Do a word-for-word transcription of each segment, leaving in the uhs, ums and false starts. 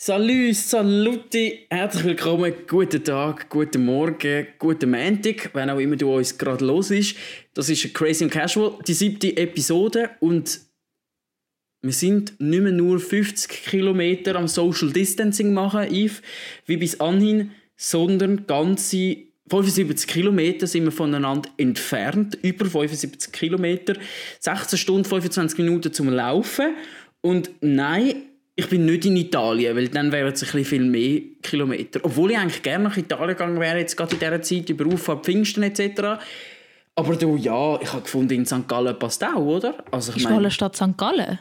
Salü, saluti, herzlich willkommen, guten Tag, guten Morgen, guten Montag, wenn auch immer du uns gerade los ist. Das ist Crazy and Casual, die siebte Episode und wir sind nicht mehr nur fünfzig Kilometer am Social Distancing machen, Yves, wie bis anhin, sondern ganze fünfundsiebzig Kilometer sind wir voneinander entfernt, über fünfundsiebzig Kilometer, sechzehn Stunden, fünfundzwanzig Minuten zum Laufen und nein, ich bin nicht in Italien, weil dann wären es ein bisschen viel mehr Kilometer. Obwohl ich eigentlich gerne nach Italien gegangen wäre, jetzt gerade in dieser Zeit, über Auffahrt, Pfingsten et cetera. Aber du, ja, ich habe gefunden, in Sankt Gallen passt auch, oder? Also, ich ist mein, Stadt Sankt Gallen?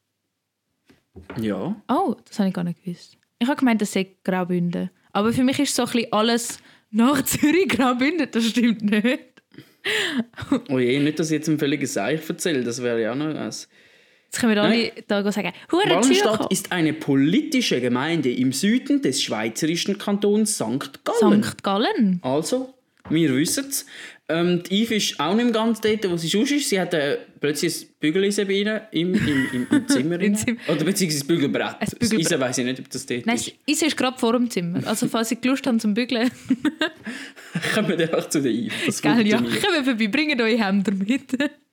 Ja. Oh, das habe ich gar nicht gewusst. Ich habe gemeint, das sei Graubünden. Aber für mich ist so ein bisschen alles nach Zürich Graubünden, das stimmt nicht. Oh je, nicht, dass ich jetzt ein völliges Seich erzähle, das wäre ja noch was. Jetzt können wir alle da sagen, Hure Wallenstadt ist eine politische Gemeinde im Süden des schweizerischen Kantons Sankt Gallen. Sankt Gallen? Also, wir wissen es. Ähm, die Yves ist auch nicht mehr ganz dort, wo sie sonst ist. Sie hat äh, plötzlich ein Bügeleisen bei ihnen im, im, im, im Zimmer. Im Zimmer. Oder beziehungsweise ein Bügelbrett. Ein Bügelbrett. Das Eisen weiss ich nicht, ob das dort Nein, ist. das Eisen ist gerade vor dem Zimmer. Also falls Sie Lust haben zum Bügeln. Kommen wir einfach zu der Yves. Das Gell, ja. funktioniert. Kommen vorbei, bringen eure Hemder mit.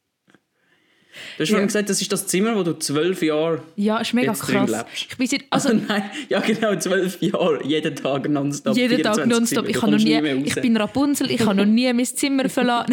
Du hast vorhin gesagt, das ist das Zimmer, wo du zwölf Jahre Ja, ist mega jetzt drin krass. lebst. Ich bin seit, Also, also, nein, ja genau, zwölf Jahre, jeden Tag nonstop. jeden Tag nonstop. Ich, noch nie, ich bin Rapunzel, ich habe noch nie mein Zimmer verlassen.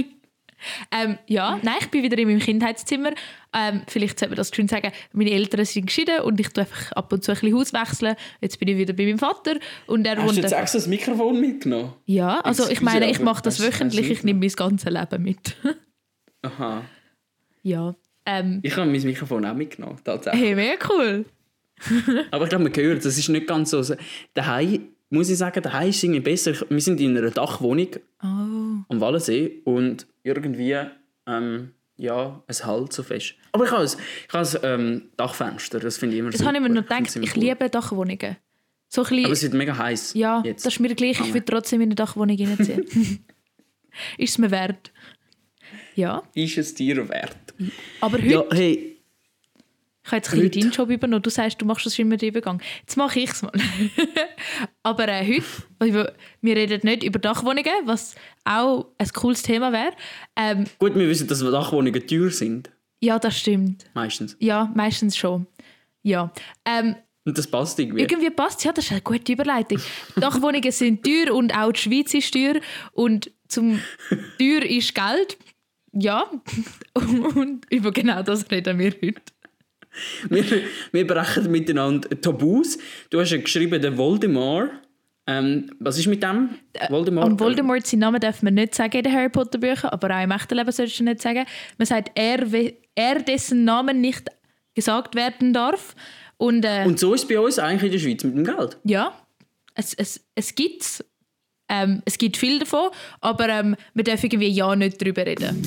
ähm, ja, nein, ich bin wieder in meinem Kindheitszimmer. Ähm, vielleicht sollte man das schön sagen, meine Eltern sind geschieden und ich tue einfach ab und zu ein bisschen Haus wechseln. Jetzt bin ich wieder bei meinem Vater. Und er Hast wohnt du jetzt extra das Mikrofon mitgenommen? Ja, also ich Excuse, meine, ich aber mache das hast- wöchentlich, hast du ich nehme mein ganzes Leben mit. Aha. Ja. Ähm, Ich habe mein Mikrofon auch mitgenommen, tatsächlich. hey, mega cool. Aber ich glaube, man hört, das ist nicht ganz so. Daheim, muss ich sagen, daheim ist es irgendwie besser. Wir sind in einer Dachwohnung Oh. am Wallensee und irgendwie, ähm, ja, es hält so fest. Aber ich habe ein, ich habe ein ähm, Dachfenster, das finde ich immer Das super. habe ich mir noch finde es gedacht, immer ich cool. liebe Dachwohnungen. So ein bisschen, Aber es wird mega heiß. ja, jetzt. das ist mir gleich, ich will trotzdem in eine Dachwohnung reinziehen. Ist es mir wert. Ja, Ist es dir wert? aber heute, Ja, hey, ich habe jetzt ein bisschen heute- deinen Job übernommen. Du sagst, du machst das immer den Übergang. Jetzt mache ich es mal. Aber äh, heute, weil wir reden nicht über Dachwohnungen, was auch ein cooles Thema wäre. Ähm, gut, wir wissen, dass Dachwohnungen teuer sind. ja, das stimmt. Meistens. Ja, meistens schon. Ja. Ähm, Und das passt irgendwie. Irgendwie passt es, ja, das ist eine gute Überleitung. Dachwohnungen sind teuer und auch die Schweiz ist teuer. Und zum teuer ist Geld. Ja, und über genau das reden wir heute. Wir, wir brechen miteinander Tabus. Du hast ja geschrieben, der Voldemort. Ähm, was ist mit dem? Voldemort? Am Voldemort, seinen Namen darf man nicht sagen in den Harry Potter Büchern, aber auch im echten Leben solltest du nicht sagen. Man sagt, er, we- er dessen Namen nicht gesagt werden darf. Und, äh, Und so ist es bei uns eigentlich in der Schweiz mit dem Geld. ja, es, es, es gibt es. Ähm, es gibt viel davon, aber ähm, wir dürfen irgendwie ja nicht darüber reden.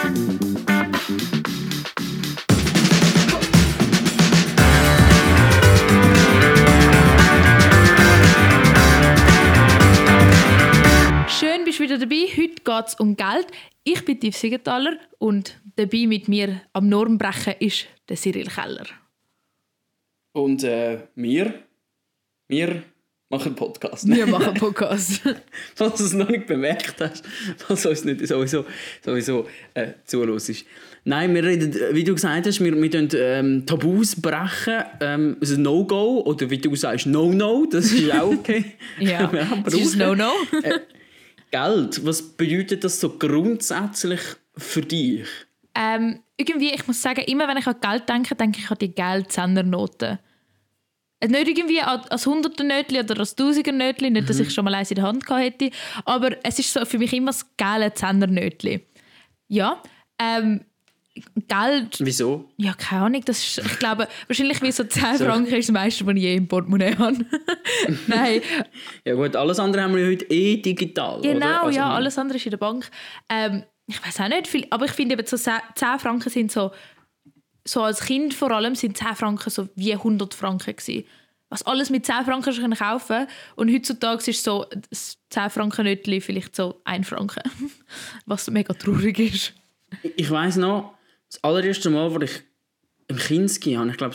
Schön, bist du wieder dabei. Heute geht es um Geld. Ich bin Yves Siegenthaler und dabei mit mir am Normbrechen ist der Cyril Keller. Und äh, wir, wir machen einen Podcast. Wir machen einen Podcast. Falls du es noch nicht bemerkt hast, falls uns nicht sowieso, sowieso äh, zuhörst. Nein, wir reden, wie du gesagt hast, wir, wir tun, ähm, Tabus brechen. Ähm, also No-Go oder wie du sagst, No-No, das ist auch okay. Ja, Können wir auch das ist brauchen. No-No. äh, Geld, was bedeutet das so grundsätzlich für dich? Ähm, irgendwie, ich muss sagen, immer wenn ich an Geld denke, denke ich an die Geld-Zehner-Noten. Nicht irgendwie an das Hunderter-Nötchen oder das Tausiger-Nötchen, nicht, dass ich schon mal eins in der Hand gehabt hätte, aber es ist so für mich immer das geile Zehner-Nötchen. Ja, ähm, Geld... Wieso? Ja, keine Ahnung, das ist, ich glaube, wahrscheinlich wie so zehn Franken ist das meiste, was ich je im Portemonnaie habe. Nein, Ja gut, alles andere haben wir ja heute eh digital, oder? genau, Also, ja, alles andere ist in der Bank. Ähm, ich weiß auch nicht viel, aber ich finde eben so zehn Franken sind so, so als Kind vor allem sind zehn Franken so wie hundert Franken gewesen. Was alles mit zehn Franken schon kaufen und heutzutage ist so das zehn Franken Nötchen vielleicht so ein Franken, was mega traurig ist. Ich weiss noch, das allererste Mal, als ich im Kinski habe, ich glaube so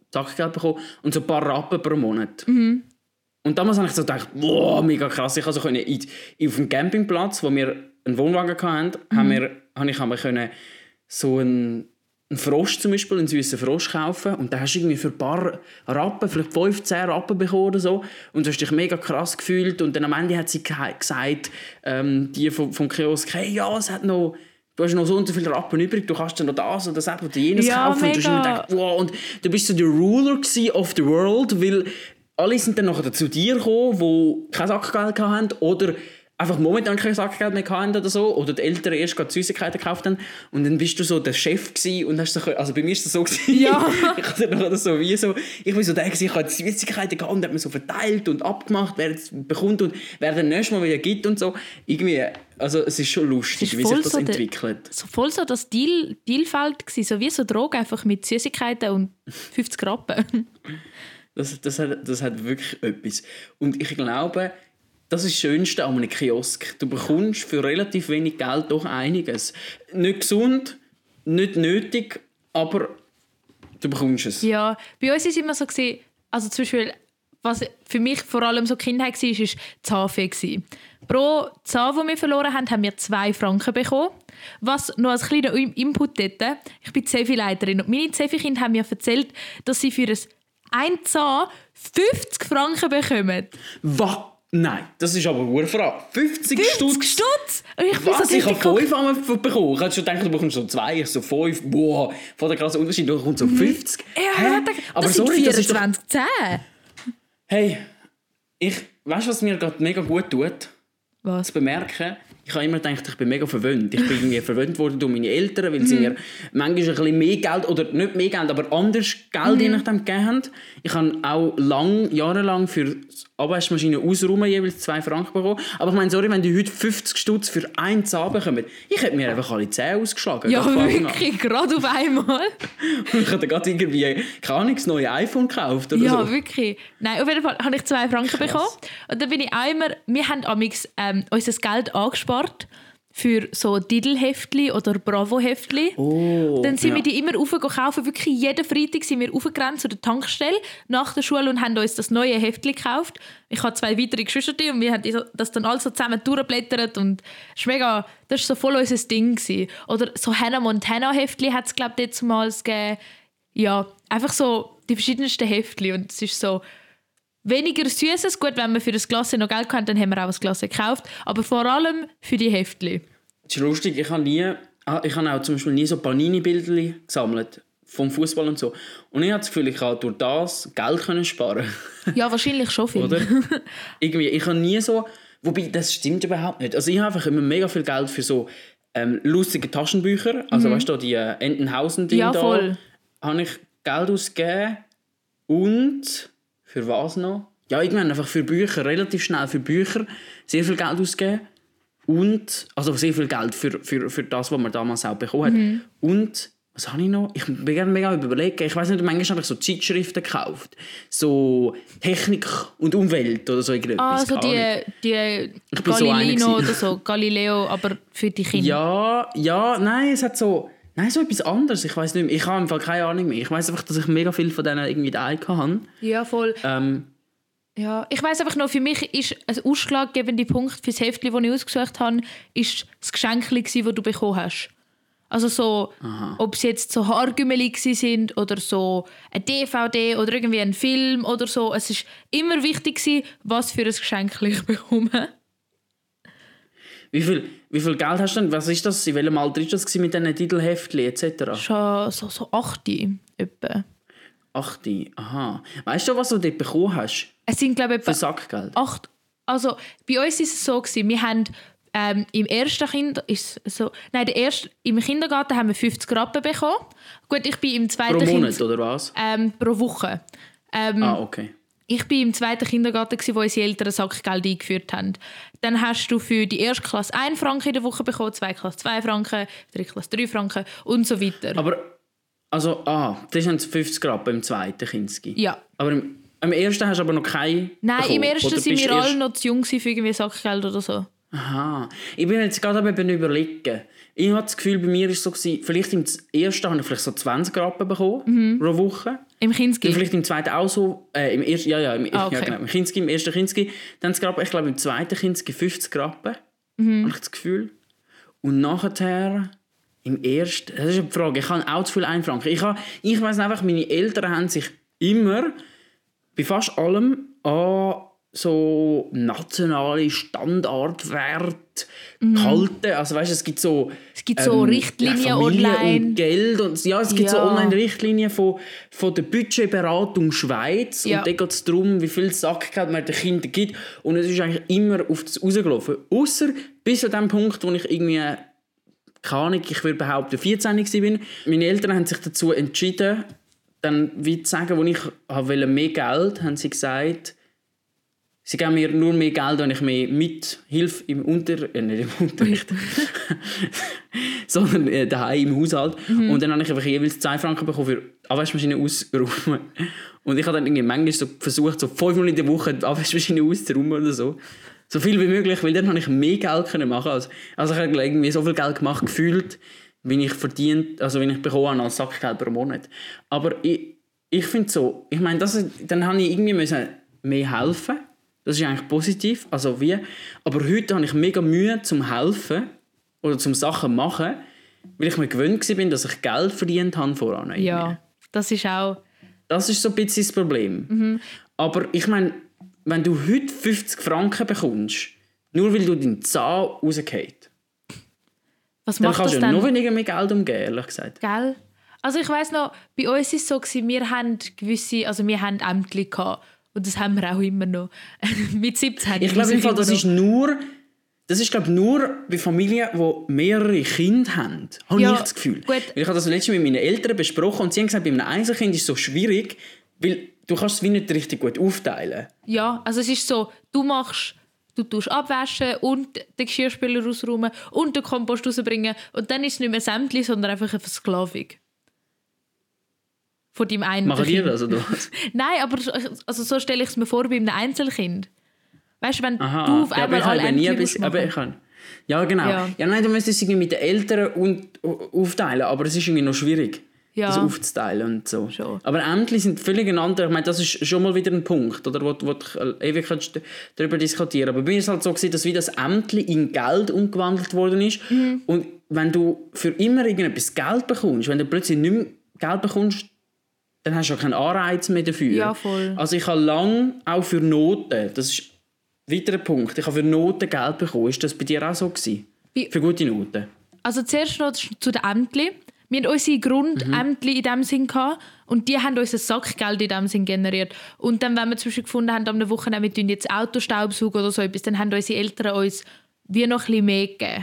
Sackgeld bekommen und so ein paar Rappen pro Monat. Mhm. Und damals habe ich so gedacht, wow, mega krass. Ich also können auf dem Campingplatz, wo wir einen Wohnwagen hatten, mhm. haben wir, habe ich können so einen, einen Frosch zum Beispiel, einen süßen Frosch kaufen. Und dann hast du irgendwie für ein paar Rappen, vielleicht fünfzehn Rappen bekommen oder so. Und du hast dich mega krass gefühlt. Und dann am Ende hat sie gesagt, ähm, die vom, vom Kiosk, hey, ja, es hat noch... Du hast noch so und so viele Rappen übrig, du kannst dann noch das oder das oder jenes ja, kaufen. Mega. Und du hast gedacht, wow, und du bist so der Ruler of the world, weil alle sind dann nachher zu dir gekommen, die kein Sackgeld hatten oder einfach momentan kein Sackgeld mehr hatten oder so. Oder die Eltern erst gerade Süßigkeiten gekauft haben. Und dann bist du so der Chef gewesen und hast so, also bei mir war das so gewesen. Ja. ich hatte nachher so wie so, ich war so der gewesen, ich hatte Süßigkeiten gehabt und hat mir so verteilt und abgemacht, wer es bekommt und wer dann nächstes Mal wieder gibt und so. Irgendwie, also es ist schon lustig, ist wie sich das so entwickelt. Der, so voll so das Deal, Dealfeld gewesen, so wie so Drogen, einfach mit Süßigkeiten und fünfzig Rappen. Das, das, hat, das hat wirklich etwas. Und ich glaube, das ist das Schönste an einem Kiosk. Du bekommst für relativ wenig Geld doch einiges. Nicht gesund, nicht nötig, aber du bekommst es. Ja, bei uns war es immer so, gewesen, also zum Beispiel, was für mich vor allem so Kindheit war, war die Zahnfee. Pro Zahn, die wir verloren haben, haben wir zwei Franken bekommen. Was noch als kleiner Input dort, ich bin Zefi-Leiterin und meine Zefi-Kinder haben mir erzählt, dass sie für ein ein Zahn fünfzig Franken bekommen. Was? Nein, das ist aber eine Urfrage. fünfzig fünfzig Stutz? Ich Was? So ich habe fünf einmal bekommen. Ich hätte schon gedacht, du bekommst so zwei, ich so fünf. Boah, von der krassen Unterschied, du kommst so fünfzig. Ja, das aber sind sorry, vierundzwanzig das ist doch... zehn. Hey, ich... Weißt du, was mir gerade mega gut tut? Was? Zu bemerken, ich habe immer gedacht, ich bin mega verwöhnt. Ich bin irgendwie verwöhnt worden durch meine Eltern, weil sie mhm. mir manchmal ein bisschen mehr Geld, oder nicht mehr Geld, aber anders Geld mhm. je nachdem gegeben haben. Ich habe auch lang, jahrelang für Abwaschmaschine ausräumen jeweils zwei Franken bekommen. Aber ich meine, sorry, wenn die heute fünfzig Stutz für einen Zahn bekommen, ich hätte mir einfach alle Zähne ausgeschlagen. Ja, wirklich, gerade auf einmal. Und ich habe gerade irgendwie, keine Ahnung, das neue iPhone gekauft oder ja, so. Ja, wirklich. Nein, auf jeden Fall habe ich zwei Franken Krass. bekommen. Und dann bin ich auch immer, wir haben amigs ähm, unser Geld angespart für so Diddle-Heftli oder Bravo-Heftli. Oh, dann sind ja. wir die immer raufgekauft. Wirklich jeden Freitag sind wir raufgerannt zu der Tankstelle nach der Schule und haben uns das neue Heftli gekauft. Ich habe zwei weitere Geschwister und wir haben das dann alles so zusammen durchgeblättert und das ist mega, das war so voll unser Ding gewesen. Oder so Hannah Montana-Heftli hat es, glaube ich, jetzt mal gegeben. Ja, einfach so die verschiedensten Heftli und es ist so weniger Süßes. Gut, wenn wir für das Glas noch Geld hatten, dann haben wir auch ein Glas gekauft. Aber vor allem für die Heftli. Das ist lustig. Ich habe nie, ich habe auch zum Beispiel nie so Panini-Bilder gesammelt vom Fußball und so. Und ich habe das Gefühl, ich kann durch das Geld können sparen. Ja, wahrscheinlich schon viel. Oder? Irgendwie, ich habe nie so, wobei das stimmt überhaupt nicht. Also ich habe einfach immer mega viel Geld für so ähm, lustige Taschenbücher. Also mhm. weißt du, die äh, Entenhausen-Dinge ja, voll. da habe ich Geld ausgegeben und für was noch? Ja, irgendwann einfach für Bücher, relativ schnell für Bücher sehr viel Geld ausgeben. Und, also sehr viel Geld für, für, für das, was man damals auch bekommen hat. Mhm. Und, was habe ich noch? Ich bin gerne mega überlegen. Ich weiß nicht, manchmal habe ich so Zeitschriften gekauft. So Technik und Umwelt oder so irgendetwas. Ah, so die, die Galileo so oder so, Galileo, aber für die Kinder. Ja, ja, nein, es hat so... Nein, so etwas anderes. Ich weiß nicht mehr. Ich habe einfach keine Ahnung mehr. Ich weiß einfach, dass ich mega viel von denen irgendwie daheim hatte. Ja, voll. Ähm, ja, ich weiß einfach noch, für mich ist ein ausschlaggebender Punkt für das Heftchen, das ich ausgesucht habe, ist das Geschenk, das du bekommen hast. Also so, Aha. ob es jetzt so Haargümmeli sind oder so ein D V D oder irgendwie ein Film oder so. Es war immer wichtig, was für ein Geschenk ich bekomme. Wie viel, wie viel Geld hast du denn? Was ist das? In welchem Alter war das mit diesen Titelheftchen et cetera? Schon so, so acht etwa. acht, aha. Weißt du, was du dort bekommen hast? Es sind, glaube ich, für Sackgeld? acht. Also, bei uns war es so gewesen, wir haben ähm, im ersten Kind ist so, nein, der erste, im Kindergarten haben wir fünfzig Rappen bekommen. Gut, ich bin im zweiten Pro Monat, kind, oder was? Ähm, pro Woche. Ähm, ah, okay. Ich war im zweiten Kindergarten, wo unsere Eltern Sackgeld eingeführt haben. Dann hast du für die erste Klasse einen Franken in der Woche bekommen, zweite Klasse zwei Franken, dritte Klasse drei Franken und so weiter. Aber, also, ah, das sind fünfzig Rappen im zweiten Kinski. Ja. Aber im, im ersten hast du aber noch keine Nein, bekommen, im ersten waren wir alle noch zu jung für irgendwie Sackgeld oder so. Aha. Ich bin jetzt gerade eben überlegen. Ich habe das Gefühl, bei mir war es so, gewesen, vielleicht im ersten habe ich vielleicht so zwanzig Rappen bekommen mhm. pro Woche. Im Kinski? Vielleicht im zweiten auch so. Äh, im ersten, ja, ja, im, ah, okay. ja, genau, im Kinski, im ersten Kinski. Dann das Rappen, ich glaube im zweiten Kinski fünfzig Rappen. Mhm. Habe ich das Gefühl. Und nachher im ersten, das ist eine Frage, ich habe auch zu viel ein Franken. Ich, habe, ich weiss einfach, meine Eltern haben sich immer bei fast allem an so nationale Standardwerte mhm. gehalten. Also weißt, es gibt so, es gibt so ähm, Richtlinien ja, online. Und Geld. Und, ja, es gibt ja. so Online-Richtlinien von, von der Budgetberatung Schweiz. Ja. Und da geht es darum, wie viel Sackgeld man den Kindern gibt. Und es ist eigentlich immer auf das rausgelaufen. Ausser bis zu dem Punkt, wo ich irgendwie, keine Ahnung, ich würde behaupten, vierzehn war. Meine Eltern haben sich dazu entschieden, dann wie zu sagen, wo ich wollte mehr Geld, haben sie gesagt, sie geben mir nur mehr Geld, wenn ich mehr Mithilfe im Unter... Äh, nicht im Unterricht. sondern äh, daheim im Haushalt. Mhm. Und dann habe ich einfach jeweils zwei Franken bekommen für Abwaschmaschine ausräumen. Und ich habe dann irgendwie manchmal so versucht, so fünfmal in der Woche die Abwaschmaschine auszuräumen oder so. So viel wie möglich, weil dann habe ich mehr Geld können machen. Also, also ich habe irgendwie so viel Geld gemacht, gefühlt, wie ich verdient, also wie ich bekommen habe als Sackgeld pro Monat. Aber ich, ich finde so, ich meine, das, dann habe ich irgendwie müssen mehr helfen. Das ist eigentlich positiv, also wie. Aber heute habe ich mega Mühe zum helfen oder zum Sachen machen, weil ich mir gewöhnt war, dass ich Geld verdient habe voran. Ja, das ist auch... Das ist so ein bisschen das Problem. Mhm. Aber ich meine, wenn du heute fünfzig Franken bekommst, nur weil du deinen Zahn rausgehst, was dann macht kannst das du ja dann? noch weniger mit Geld umgehen, ehrlich gesagt. Gell? Also ich weiss noch, bei uns war es so, wir haben gewisse, also wir haben Ämter gehabt. Und das haben wir auch immer noch. Mit siebzehn. Ich glaube, im Fall, das ist nur, das ist glaube nur bei Familien, die mehrere Kinder haben. Habe ja, ich das Gefühl. Gut. Ich habe das letztes Mal mit meinen Eltern besprochen und sie haben gesagt, bei einem Einzelkind ist es so schwierig, weil du kannst es wie nicht richtig gut aufteilen. Ja, also es ist so, du machst, du tust abwaschen und den Geschirrspüler rausräumen und den Kompost rausbringen und dann ist es nicht mehr Sämtli, sondern einfach eine Versklavung. Von deinem einen Machen die das oder was? Nein, aber also so stelle ich es mir vor bei einem Einzelkind. Weißt du, wenn Aha, du auf ja, einmal alle Ämter bis, aber ich kann. Ja, genau. Ja. Ja, nein, du müsstest es mit den Eltern und, aufteilen, aber es ist irgendwie noch schwierig, ja. das aufzuteilen und so. Schon. Aber Ämter sind völlig einander. Ich meine, das ist schon mal wieder ein Punkt, oder, wo, wo du ewig darüber diskutieren. Aber bei mir war es halt so, dass wie das Ämter in Geld umgewandelt worden ist. Mhm. Und wenn du für immer irgendetwas Geld bekommst, wenn du plötzlich nicht mehr Geld bekommst, dann hast du auch keinen Anreiz mehr dafür. Ja, voll. Also ich habe lange auch für Noten, das ist ein weiterer Punkt, ich habe für Noten Geld bekommen. Ist das bei dir auch so gewesen? Bei, für gute Noten? Also zuerst noch zu den Ämtern. Wir hatten unsere Grundämter mhm. in diesem Sinn gehabt, und die haben uns ein Sackgeld in diesem Sinn generiert. Und dann, wenn wir zum Beispiel gefunden haben, am Wochenende, wir jetzt Autostaubsaugen oder so etwas, dann haben unsere Eltern uns wie noch ein bisschen mehr gegeben.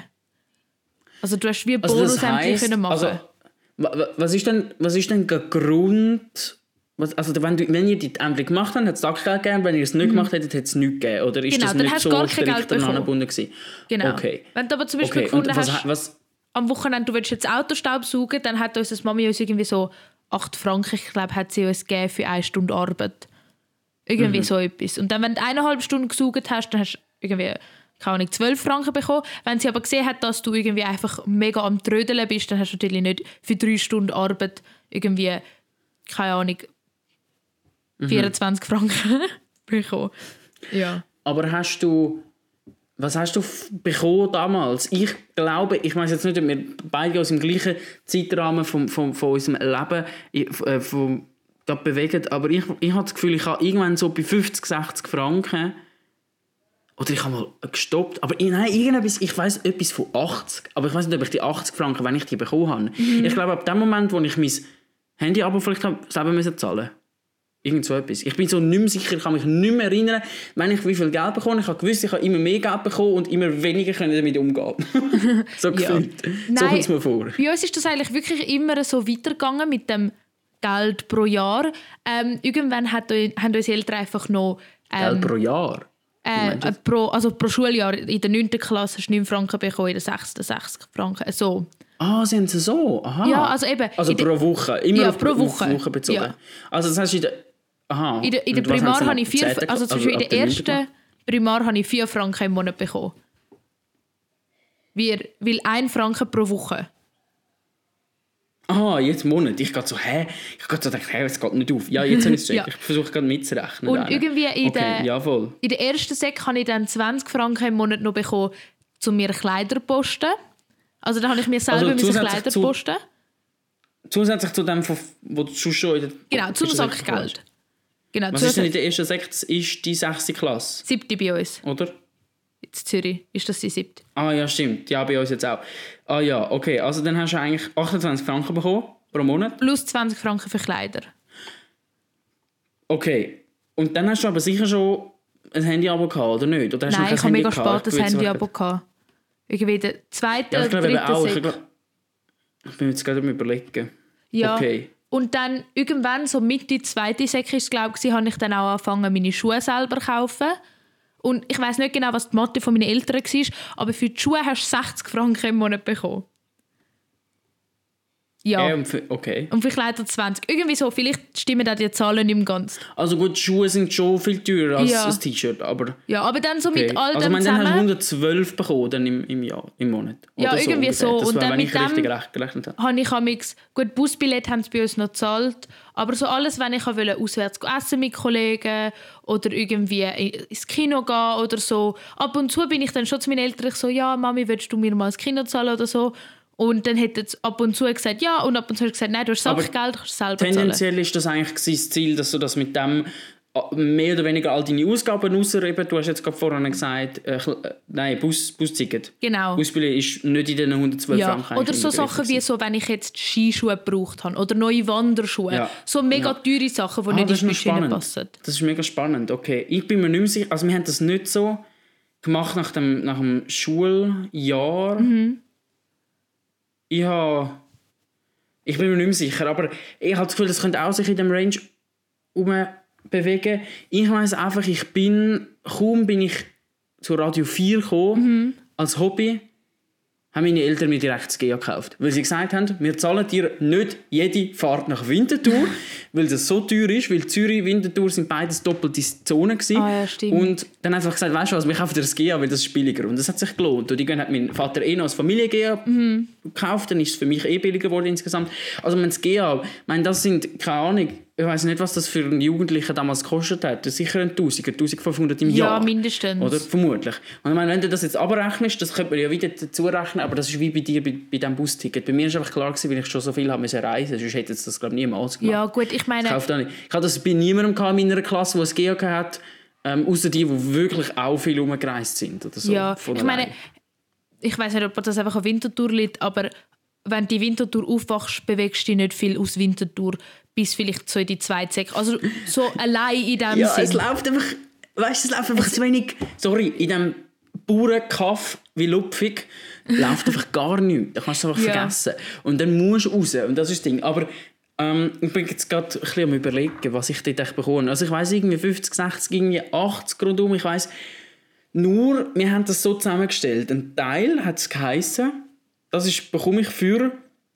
Also du hast wie also Bonusämter können machen. Also Was ist denn, was ist denn der Grund, was, also wenn, du, wenn ihr die Ämter gemacht habt, hat es Sackgeld gegeben, wenn ihr es nicht mhm. gemacht hättet, hätte es nichts gegeben? Oder ist genau, das nicht so strikt angebunden gewesen? Genau. Okay. Wenn du aber zum Beispiel okay. gefunden was, hast, was? am Wochenende, du willst jetzt Autostaub saugen, dann hat unsere Mami uns irgendwie so acht Franken, ich glaube, hat sie uns gegeben für eine Stunde Arbeit. Irgendwie mhm. so etwas. Und dann, wenn du eineinhalb Stunden gesaugt hast, dann hast du irgendwie... keine Ahnung, zwölf Franken bekommen. Wenn sie aber gesehen hat, dass du irgendwie einfach mega am Trödeln bist, dann hast du natürlich nicht für drei Stunden Arbeit irgendwie, keine Ahnung, vierundzwanzig mhm. Franken bekommen. Ja. Aber hast du, was hast du bekommen damals? Ich glaube, ich weiß jetzt nicht, ob wir beide uns im gleichen Zeitrahmen von, von, von unserem Leben äh, von, da bewegen, aber ich, ich habe das Gefühl, ich habe irgendwann so bei fünfzig, sechzig Franken. Oder ich habe mal gestoppt. Aber nein, irgendetwas, ich weiss etwas von achtzig. Aber ich weiss nicht, ob ich die achtzig Franken, wenn ich die bekommen habe. Mhm. Ich glaube, ab dem Moment, wo ich mein Handy aber vielleicht selber müssen zahlen. Irgend so etwas. Ich bin so nicht mehr sicher, ich kann mich nicht mehr erinnern, wenn ich wie viel Geld bekomme. Ich habe gewusst, ich habe immer mehr Geld bekommen und immer weniger können damit umgehen. So gefühlt. Ja. So kommt es mir vor. Bei uns ist das eigentlich wirklich immer so weitergegangen mit dem Geld pro Jahr. Ähm, irgendwann hat, haben unsere Eltern einfach noch... Ähm, Geld pro Jahr? Äh, pro, also pro Schuljahr in der neunten Klasse hast du neun Franken bekommen, in der sechsten sechzig Franken. So. Ah, sind sie so? Aha. Ja, also eben. Also pro Woche? Immer ja, auf pro Woche. Woche bezogen? Ja. Also das heißt in der... Aha. In der, in der Primar habe ich vier... Also, also in der ersten Primar habe ich vier Franken im Monat bekommen. Weil, weil ein Franken pro Woche. Ah, jetzt Monat. Ich gehe so, hä? Ich gehe so, denke, hä, es geht nicht auf. Ja, jetzt habe ich es Ja. Ich versuche gerade mitzurechnen. Und dann. irgendwie in, okay, der, ja, voll. in der ersten Sek habe ich dann zwanzig Franken im Monat noch bekommen, um mir Kleider zu posten. Also da habe ich mir selber Also, also, Kleider zu, posten. Zusätzlich zu dem, wo du schon in der Genau, zusätzlich Geld. Genau, Was ist denn in der ersten Sek? Das ist die sechste Klasse, siebte bei uns. oder? In Zürich ist das die siebte. Ah ja, stimmt. Ja, bei uns jetzt auch. Ah ja, okay. Also dann hast du eigentlich achtundzwanzig Franken bekommen pro Monat. Plus zwanzig Franken für Kleider. Okay. Und dann hast du aber sicher schon ein Handy-Abo gehabt, oder nicht? Oder hast Nein, du ich habe mega gehabt? spät das Handy-Abo gehabt. Irgendwie der zweite Ja, ich oder glaube eben dritte auch. Ich, Sek. glaub, ich bin jetzt gerade am Überlegen. Ja. Okay. Und dann irgendwann, so Mitte zweite Sek ist es, glaube ich, habe ich dann auch angefangen, meine Schuhe selber zu kaufen. Und ich weiss nicht genau, was die Mathe von meinen Eltern war, aber für die Schuhe hast du sechzig Franken im Monat bekommen. Ja. Äh, und für, okay. Und für Kleider zwanzig. Irgendwie so, vielleicht stimmen da die Zahlen nicht mehr ganz. Also gut, die Schuhe sind schon viel teurer als Ja. ein T-Shirt, aber... Ja, aber dann so Okay. mit all dem also, ich meine, dann hast du zusammen... hundertzwölf bekommen dann im, im Jahr, im Monat. Ja, Oder irgendwie so. so. ungefähr. Das Und war, dann wenn mit ich richtig dem- recht gerechnet habe. habe ich amix, gut, Busbillett haben sie bei uns noch gezahlt, aber so alles, wenn ich wollte, auswärts essen mit Kollegen oder irgendwie ins Kino gehen oder so. Ab und zu bin ich dann schon zu meinen Eltern ich so, ja, Mami, willst du mir mal ins Kino zahlen oder so? Und dann hätten sie ab und zu gesagt, ja, und ab und zu hat gesagt, nein, du hast Sackgeld, kannst du selber zahlen. Tendenziell ist das eigentlich das Ziel, dass du das mit dem mehr oder weniger all deine Ausgaben ausreiben. Du hast jetzt gerade vorhin gesagt, äh, äh, nein, Bus, Busticket. Genau. Busbillett ist nicht in den hundertzwölf Ja. Franken. Oder so Sachen wie so, wenn ich jetzt Skischuhe gebraucht habe oder neue Wanderschuhe. Ja. So mega Ja. teure Sachen, die Ah, nicht das ins ist noch Budget spannend. passen. Das ist mega spannend, okay. Ich bin mir nicht mehr sicher, also wir haben das nicht so gemacht nach dem, nach dem Schuljahr. Mhm. Ich habe... Ich bin mir nicht mehr sicher, aber ich habe das Gefühl, das könnte auch sich in dem Range bewegen. Ich weiss einfach, ich bin... Kaum bin ich zu Radio vier gekommen, Mhm. als Hobby, haben meine Eltern mir direkt das G A gekauft. Weil sie gesagt haben, wir zahlen dir nicht jede Fahrt nach Winterthur, weil das so teuer ist, weil Zürich und Winterthur sind beides doppelte Zonen gewesen. Ah, ja, stimmt. Und dann haben sie gesagt, weißt du was, wir kaufen dir das G A, weil das ist billiger. Und das hat sich gelohnt. Und irgendwann hat mein Vater eh noch als Familie-G A Mhm. gekauft, dann ist es für mich eh billiger geworden insgesamt. Also wenn das G A, ich meine, das sind, keine Ahnung, ich weiss nicht, was das für einen Jugendlichen damals gekostet hat. Das ist sicher ein Tausend, eintausendfünfhundert im Ja, Jahr. mindestens. Oder? Vermutlich. Und ich meine, wenn du das jetzt abrechnest, das könnte man ja wieder dazu rechnen, aber das ist wie bei dir bei, bei diesem Busticket. Bei mir war einfach klar, gewesen, weil ich schon so viel habe müssen reisen, sonst hätte jetzt das, glaube ich, niemals gemacht. Ja, gut, ich meine... Ich, kaufe da nicht. Ich hatte das bei niemandem gehabt in meiner Klasse, der es G A hat, ähm, außer die, die wirklich auch viel rumgereist sind. Oder so, Ja, von ich allein. meine, ich weiß nicht, ob das einfach an Winterthur liegt, aber wenn du die Winterthur aufwachst, bewegst du dich nicht viel aus Winterthur bis vielleicht so in die zweite Sek. Also so allein in dem Ja, Sinn. es läuft einfach, weißt du, es läuft einfach zu wenig, sorry, in diesem Bauernkaff wie Lupfig läuft einfach gar nichts. Da kannst du es einfach Ja. vergessen. Und dann musst du raus und das ist das Ding. Aber ähm, ich bin jetzt gerade ein bisschen am überlegen, was ich dort echt bekomme. Also ich weiss irgendwie fünfzig, sechzig, irgendwie achtzig rundum. Ich weiss nur, wir haben das so zusammengestellt. Ein Teil hat es geheissen, das ist, bekomme ich für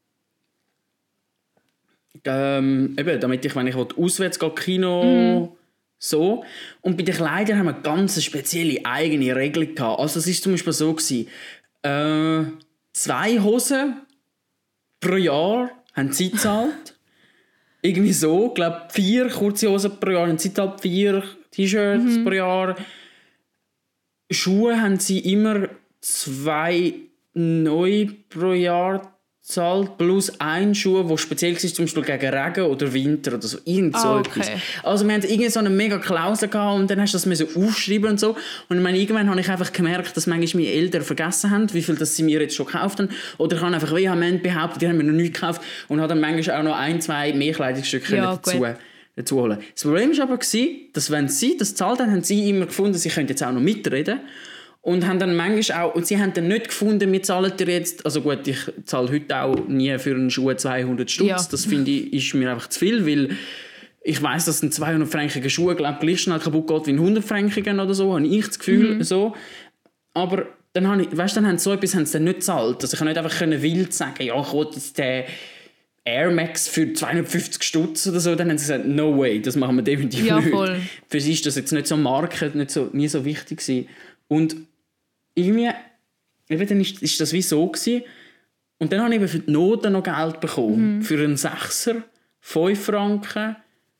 ähm, eben, damit ich, wenn ich auswärts gehe, Kino, Mhm. so. Und bei den Kleidern haben wir eine ganz spezielle eigene Regel gehabt. Also es war zum Beispiel so gewesen, äh, zwei Hosen pro Jahr haben sie gezahlt. Irgendwie so, ich glaube vier kurze Hosen pro Jahr haben sie gezahlt, vier T-Shirts Mhm. pro Jahr. Schuhe haben sie immer zwei neu pro Jahr gezahlt, plus ein Schuh, der speziell war, zum Beispiel gegen Regen oder Winter oder so. Irgend so Ah, okay. etwas. Also wir hatten irgendwie so eine mega Klausel gehabt und dann hast du das müssen aufschreiben und so. Und ich meine, irgendwann habe ich einfach gemerkt, dass manchmal meine Eltern vergessen haben, wie viel das sie mir jetzt schon gekauft haben. Oder ich habe einfach vehement behauptet, die haben mir noch nichts gekauft und habe dann manchmal auch noch ein, zwei mehr Kleidungsstücke Ja, dazu, gut. dazu holen. Das Problem war aber, dass wenn sie das gezahlt haben, haben sie immer gefunden, sie können jetzt auch noch mitreden. Und haben dann manchmal auch, und sie haben dann nicht gefunden, wir zahlen dir jetzt, also gut, ich zahle heute auch nie für einen Schuh zweihundert Stutz, Ja. das finde ich, ist mir einfach zu viel, weil ich weiss, dass ein zweihundert-frankiger Schuh, glaube ich, gleich schnell kaputt geht wie ein hundert-frankiger oder so, habe ich das Gefühl, Mhm. so. Aber dann, habe ich, weißt, dann haben sie so etwas haben sie dann nicht gezahlt, also ich kann nicht einfach können wild sagen, ja, ich will jetzt den Air Max für zweihundertfünfzig Stutz oder so, dann haben sie gesagt, no way, das machen wir definitiv Ja, nicht. voll. Für sie ist das jetzt nicht so Marke, nicht so, nie so wichtig gewesen. Und irgendwie, eben, dann ist, ist das wie so gewesen. Und dann habe ich eben für die Noten noch Geld bekommen. Mhm. Für einen Sechser, fünf Franken.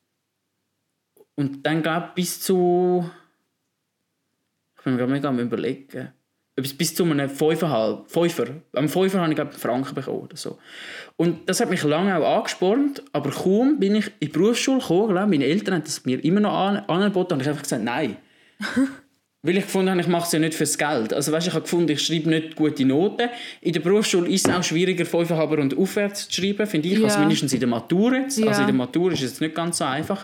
Und dann, glaube ich, bis zu... Ich bin mir gerade mega am überlegen. Bis zu einem Fünferhalb, Fünfer. Am Fünfer habe ich, glaube ich, einen Franken bekommen oder so. Und das hat mich lange auch angespornt, aber kaum bin ich in die Berufsschule gekommen, glaube, meine Eltern haben das mir immer noch angeboten und ich habe einfach gesagt, nein. Weil ich gefunden habe, ich mache es ja nicht fürs Geld. Also weißt, ich habe gefunden, ich schreibe nicht gute Noten. In der Berufsschule ist es auch schwieriger, Fünferhalber und aufwärts zu schreiben, finde ich. Ja. Also mindestens in der Matur jetzt. Ja. Also in der Matur ist es nicht ganz so einfach.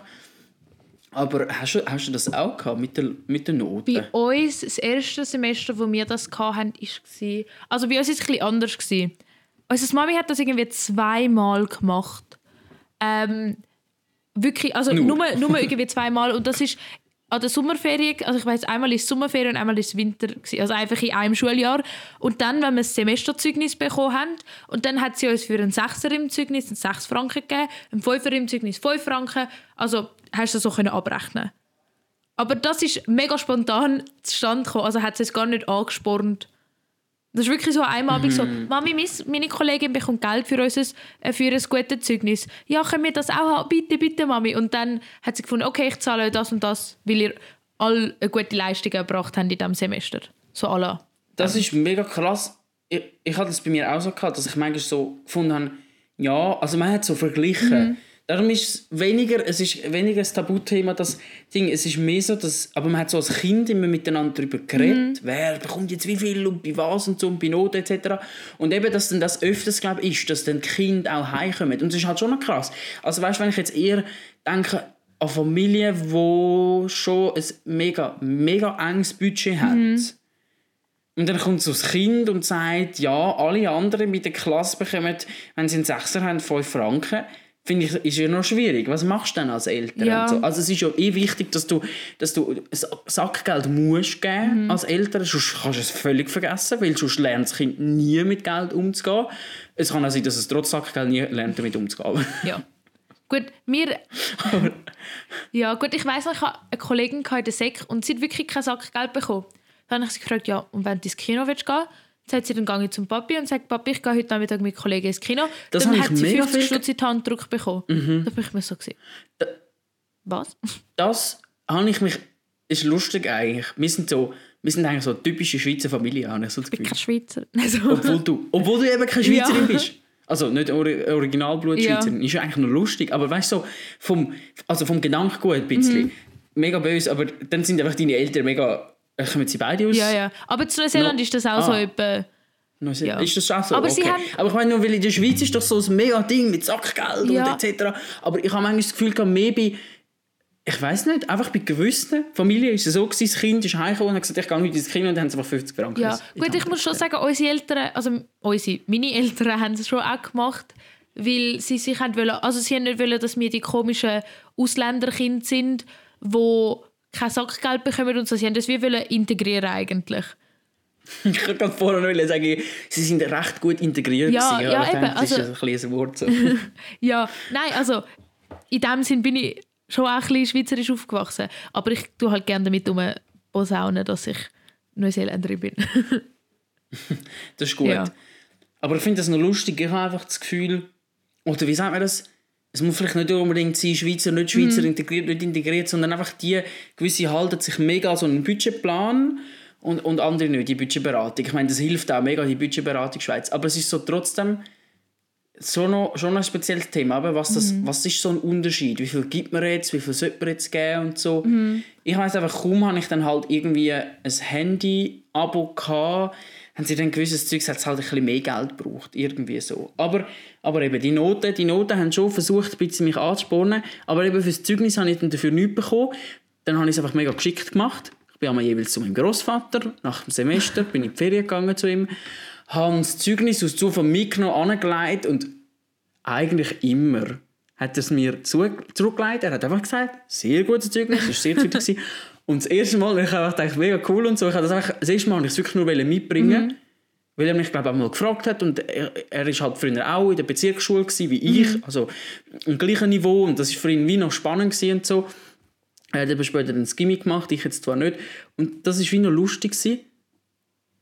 Aber hast du, hast du das auch gehabt mit den mit der Noten? Bei uns, das erste Semester, wo wir das hatten, war... Also bei uns war es ein bisschen anders. Unsere Mami hat das irgendwie zweimal gemacht. Ähm, wirklich, also nur, nur, nur irgendwie zweimal. Und das ist an der Sommerferien, also ich weiss, einmal ist Sommerferien und einmal ist Winter, also einfach in einem Schuljahr. Und dann, wenn wir das Semesterzeugnis bekommen haben, und dann hat sie uns für einen Sechser im Zeugnis sechs Franken gegeben, einen Fünfer im Zeugnis fünf Franken, also hast du das so können abrechnen. Aber das ist mega spontan zustande gekommen, also hat sie es gar nicht angespornt. Das ist wirklich so einmal mhm. so, Mami, meine Kollegin bekommt Geld für, unser, äh, für ein gutes Zeugnis. Ja, können wir das auch haben? Bitte, bitte, Mami. Und dann hat sie gefunden, okay, ich zahle euch das und das, weil ihr alle eine gute Leistung erbracht habt in diesem Semester. So alle. Das ist mega krass. Ich, ich hatte das bei mir auch so gehabt, dass ich manchmal so gefunden habe, ja, also man hat so verglichen. Mhm. Darum ist es weniger, es ist weniger ein Tabuthema, das Ding. Es ist mehr so, dass, aber man hat so als Kind immer miteinander darüber geredet, mhm. wer bekommt jetzt wie viel und bei was und so und bei Noten et cetera. Und eben, dass dann das öfters, glaube ich, ist, dass dann die Kinder auch heimkommen. Und das ist halt schon noch krass. Also weißt du, wenn ich jetzt eher denke an Familien, die schon ein mega, mega enges Budget haben, mhm. und dann kommt so das Kind und sagt, ja, alle anderen mit der Klasse bekommen, wenn sie einen Sechser haben, fünf Franken. Finde ich, ist ja noch schwierig. Was machst du denn als Eltern? Ja. So? Also es ist ja eh wichtig, dass du, dass du Sackgeld musst geben mhm. als Eltern. Sonst kannst du es völlig vergessen, weil sonst lernt das Kind nie mit Geld umzugehen. Es kann auch sein, dass es trotz Sackgeld nie lernt, damit umzugehen. Ja. Gut, wir... ja, gut, ich weiss noch, ich hatte eine Kollegin in der Sek und sie hat wirklich kein Sackgeld bekommen. Dann habe ich sie gefragt, ja, und wenn du ins Kino willst gehen, dann sagt sie, dann gehe ich zum Papi und sagt, Papi, ich gehe heute Nachmittag mit Kollegen ins Kino. Das dann hat sie fünfzig viel... Stutz in die Hand gedrückt bekommen. Mhm. Da bin ich mir so gesehen. Da, Was? Das habe ich mich... ist lustig eigentlich. Wir sind, so, wir sind eigentlich so eine typische Schweizer Familie. Habe ich so das Gefühl. Ich bin kein Schweizer. Also. Obwohl, du, obwohl du eben keine Schweizerin ja. bist. Also nicht Originalblut-Schweizerin. Ja. Ist ja eigentlich noch lustig. Aber weißt du, so, vom, also vom Gedankengut ein bisschen. Mhm. Mega böse. Aber dann sind einfach deine Eltern mega... Kommen sie beide aus? Ja, ja. Aber zu Neuseeland no. ist das auch ah. so etwa... Ja. Ist das auch so? Aber, okay. sie haben... aber ich meine, nur weil in der Schweiz ist doch so ein mega Ding mit Sackgeld ja. und et cetera. Aber ich habe manchmal das Gefühl, mehr bei... Ich weiss nicht, einfach bei gewissen Familien ist es so gewesen, das Kind ist heimgekommen und hat gesagt, ich gehe heute ins Kino und dann haben sie einfach fünfzig Franken. Ja, gut, ich muss schon sagen, unsere Eltern, also unsere, meine Eltern haben es schon auch gemacht, weil sie sich wollen, also sie haben nicht wollen, dass wir die komischen Ausländerkinder sind, die kein Sackgeld bekommen und so. Sie haben das wie wollen integrieren eigentlich. Ich kann gerade vorher noch sagen, sie sind recht gut integriert. Ja, gewesen, ja, aber eben. Denke, das also, ist ein kleines Wort. So. Ja, nein, also in dem Sinn bin ich schon auch ein bisschen schweizerisch aufgewachsen. Aber ich tue halt gerne damit posaunen, dass ich Neuseeländerin bin. Das ist gut. Ja. Aber ich finde das noch lustig. Ich habe einfach das Gefühl, oder wie sagt man das? Es muss vielleicht nicht unbedingt sein, Schweizer, nicht Schweizer, mm. integriert, nicht integriert, sondern einfach die, gewisse halten sich mega an so einen Budgetplan und, und andere nicht, die Budgetberatung. Ich meine, das hilft auch mega, die Budgetberatung Schweiz. Aber es ist so trotzdem so noch, schon ein spezielles Thema. Aber was, das, mm. was ist so ein Unterschied? Wie viel gibt man jetzt? Wie viel sollte man jetzt geben? Und so. Mm. Ich weiss einfach, kaum habe ich dann halt irgendwie ein Handy-Abo gehabt, haben sie dann gewisses Zeug, hat es halt ein bisschen mehr Geld gebraucht, irgendwie so. Aber, aber eben die Noten, die Noten haben schon versucht, ein bisschen mich anzuspornen, aber eben für das Zeugnis habe ich dann dafür nichts bekommen. Dann habe ich es einfach mega geschickt gemacht. Ich bin einmal jeweils zu meinem Grossvater, nach dem Semester bin ich in die Ferien gegangen zu ihm, habe das Zeugnis aus Zufall mitgenommen, angelegt und eigentlich immer hat er es mir zurückgelegt. Er hat einfach gesagt, sehr gutes Zeugnis, das war sehr zufrieden. Und das erste Mal, ich habe gedacht, mega cool und so, ich habe das, einfach, das erste Mal wollte ich es wirklich nur mitbringen, mhm. weil er mich, glaube ich, auch mal gefragt hat. Und er, er ist halt früher auch in der Bezirksschule gewesen, wie ich, mhm. also im gleichen Niveau. Und das war für ihn wie noch spannend gewesen und so. Er hat eben später ein Gimmi gemacht, ich jetzt zwar nicht. Und das war wie noch lustig gewesen.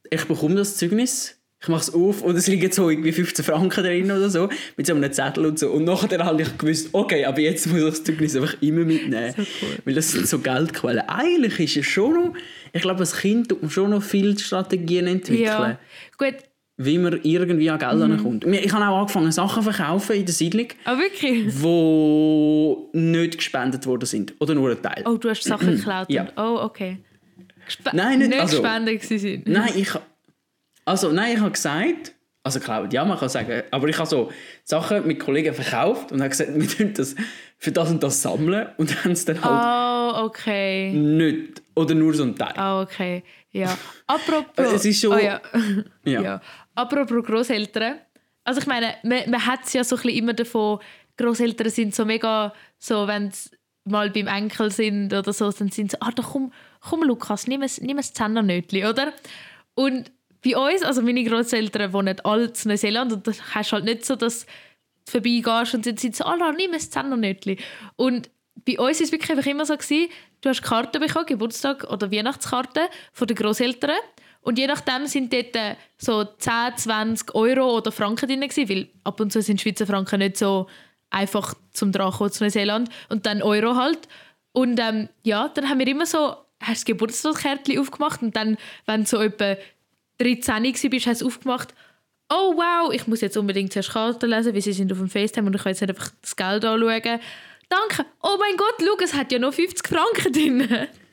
ich bekomme das Zeugnis, ich mache es auf und es liegen so irgendwie fünfzehn Franken drin oder so, mit so einem Zettel und so. Und nachher habe ich gewusst, okay, aber jetzt muss ich das Zeugnis einfach immer mitnehmen. So cool. Weil das sind so Geldquellen. Eigentlich ist es schon noch, ich glaube, als Kind tut man schon noch viele Strategien entwickeln. Ja, gut. Wie man irgendwie an Geld mhm. kommt. Ich habe auch angefangen, Sachen zu verkaufen in der Siedlung. Ah, wirklich? Die nicht gespendet worden sind. Oder nur ein Teil. Oh, du hast Sachen geklaut? Ja. Oh, okay. Gespe- nein, nicht, nicht also, gespendet sind. Nein, ich, also, nein, ich habe gesagt, also geklaut, ja, man kann sagen, aber ich habe so Sachen mit Kollegen verkauft und habe gesagt, wir tun das für das und das sammeln und dann haben es dann halt oh, okay. nicht, oder nur so ein Teil. Oh, okay, ja. Apropos... es ist schon... Oh, ja. ja. ja. Apropos Grosseltern. Also ich meine, man, man hat es ja so ein bisschen immer davon, Grosseltern sind so mega, so wenn sie mal beim Enkel sind oder so, dann sind sie so, ah, da komm, komm Lukas, nimm ein, nimm ein Zehner-Nötchen, oder? Und bei uns, also meine Grosseltern wohnen alle in Neuseeland und da hast du halt nicht so, dass du vorbeigehst und dann sind so, ah, nimm ein Zehner-Nötchen. Und bei uns war es wirklich einfach immer so gewesen, du hast Karten bekommen, Geburtstag- oder Weihnachtskarten von den Grosseltern. Und je nachdem sind dort so zehn, zwanzig Euro oder Franken drin gewesen, weil ab und zu sind Schweizer Franken nicht so einfach zum Drankommen zu Neuseeland. Und dann Euro halt. Und ähm, ja, dann haben wir immer so, hast du das Geburtstagskärtchen aufgemacht und dann, wenn du so etwa dreizehn warst, hast du es aufgemacht. Oh wow, ich muss jetzt unbedingt zuerst Karten lesen, weil sie sind auf dem FaceTime und ich kann jetzt nicht einfach das Geld anschauen. Danke. Oh mein Gott, schau, es hat ja noch fünfzig Franken drin.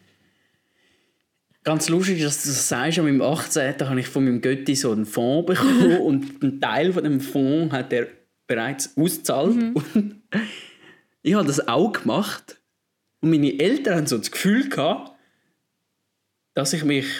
Ganz lustig, dass du das sagst. An meinem achtzehnten habe ich von meinem Götti so einen Fonds bekommen und einen Teil von dem Fonds hat er bereits ausgezahlt. Mhm. Und ich habe das auch gemacht. Und meine Eltern hatten so das Gefühl gehabt, dass ich mich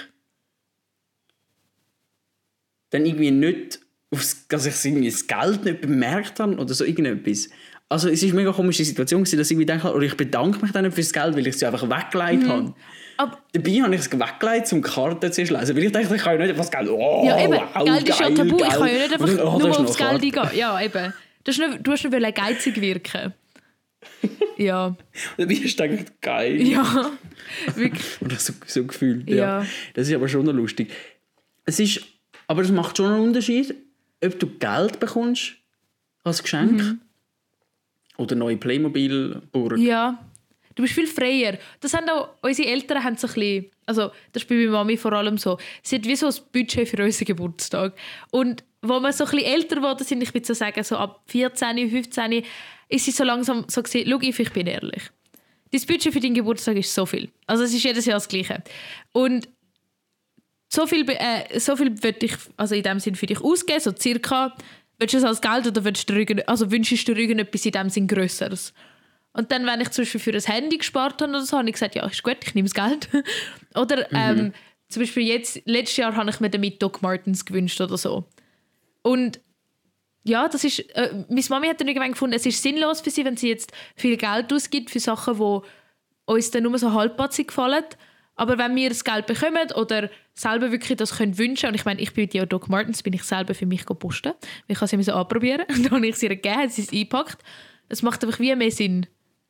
dann irgendwie nicht, aufs, dass ich irgendwie das Geld nicht bemerkt habe oder so irgendetwas. Also es war eine mega komische Situation, dass ich irgendwie dachte, oder ich bedanke mich dann nicht für das Geld, weil ich es einfach weggelegt mhm. habe. Aber dabei habe ich es weggelegt, um Karten zu schließen. Weil ich dachte, ich kann ja nicht einfach das Geld... Oh, ja, eben. Wow, Geld ist geil, ja tabu. Geil. Ich kann ja nicht einfach dann, oh, nur aufs Geld Karte. eingehen. Ja, eben. Du hast nicht, du hast nicht geizig wirken. Ja. Dabei ist es eigentlich geil. Ja, wirklich. Oder so, so gefühlt. Ja. Ja. Das ist aber schon noch lustig. Es ist, aber es macht schon einen Unterschied, ob du Geld bekommst als Geschenk mhm. oder neue Playmobil-Burg. Ja. Du bist viel freier. Das haben auch, unsere Eltern haben so ein bisschen, also das ist bei meiner Mami vor allem so, sie hat wie so ein Budget für unseren Geburtstag. Und wo wir so ein bisschen älter geworden sind, ich würde so sagen, so ab vierzehn, fünfzehn, ist sie so langsam so gesehen, schau, ich bin ehrlich. Dein Budget für deinen Geburtstag ist so viel. Also es ist jedes Jahr das Gleiche. Und so viel, äh, so viel würde ich also in dem Sinn für dich ausgeben, so circa, willst du es als Geld oder willst du irgend, also wünschst du dir irgendetwas in dem Sinn Grösseres? Und dann, wenn ich zum Beispiel für ein Handy gespart habe oder so, habe ich gesagt, ja, ist gut, ich nehme das Geld. Oder ähm, mhm. zum Beispiel jetzt, letztes Jahr habe ich mir damit Doc Martens gewünscht oder so. Und ja, das ist, äh, meine Mami hat dann irgendwann gefunden, es ist sinnlos für sie, wenn sie jetzt viel Geld ausgibt für Sachen, die uns dann nur so halbpatzig gefallen. Aber wenn wir das Geld bekommen oder selber wirklich das können wünschen, und ich meine, ich bin ja Doc Martens, bin ich selber für mich posten. Ich kann sie so anprobieren. Und dann habe ich sie ihr gegeben, hat sie es eingepackt. Es macht einfach wie mehr Sinn.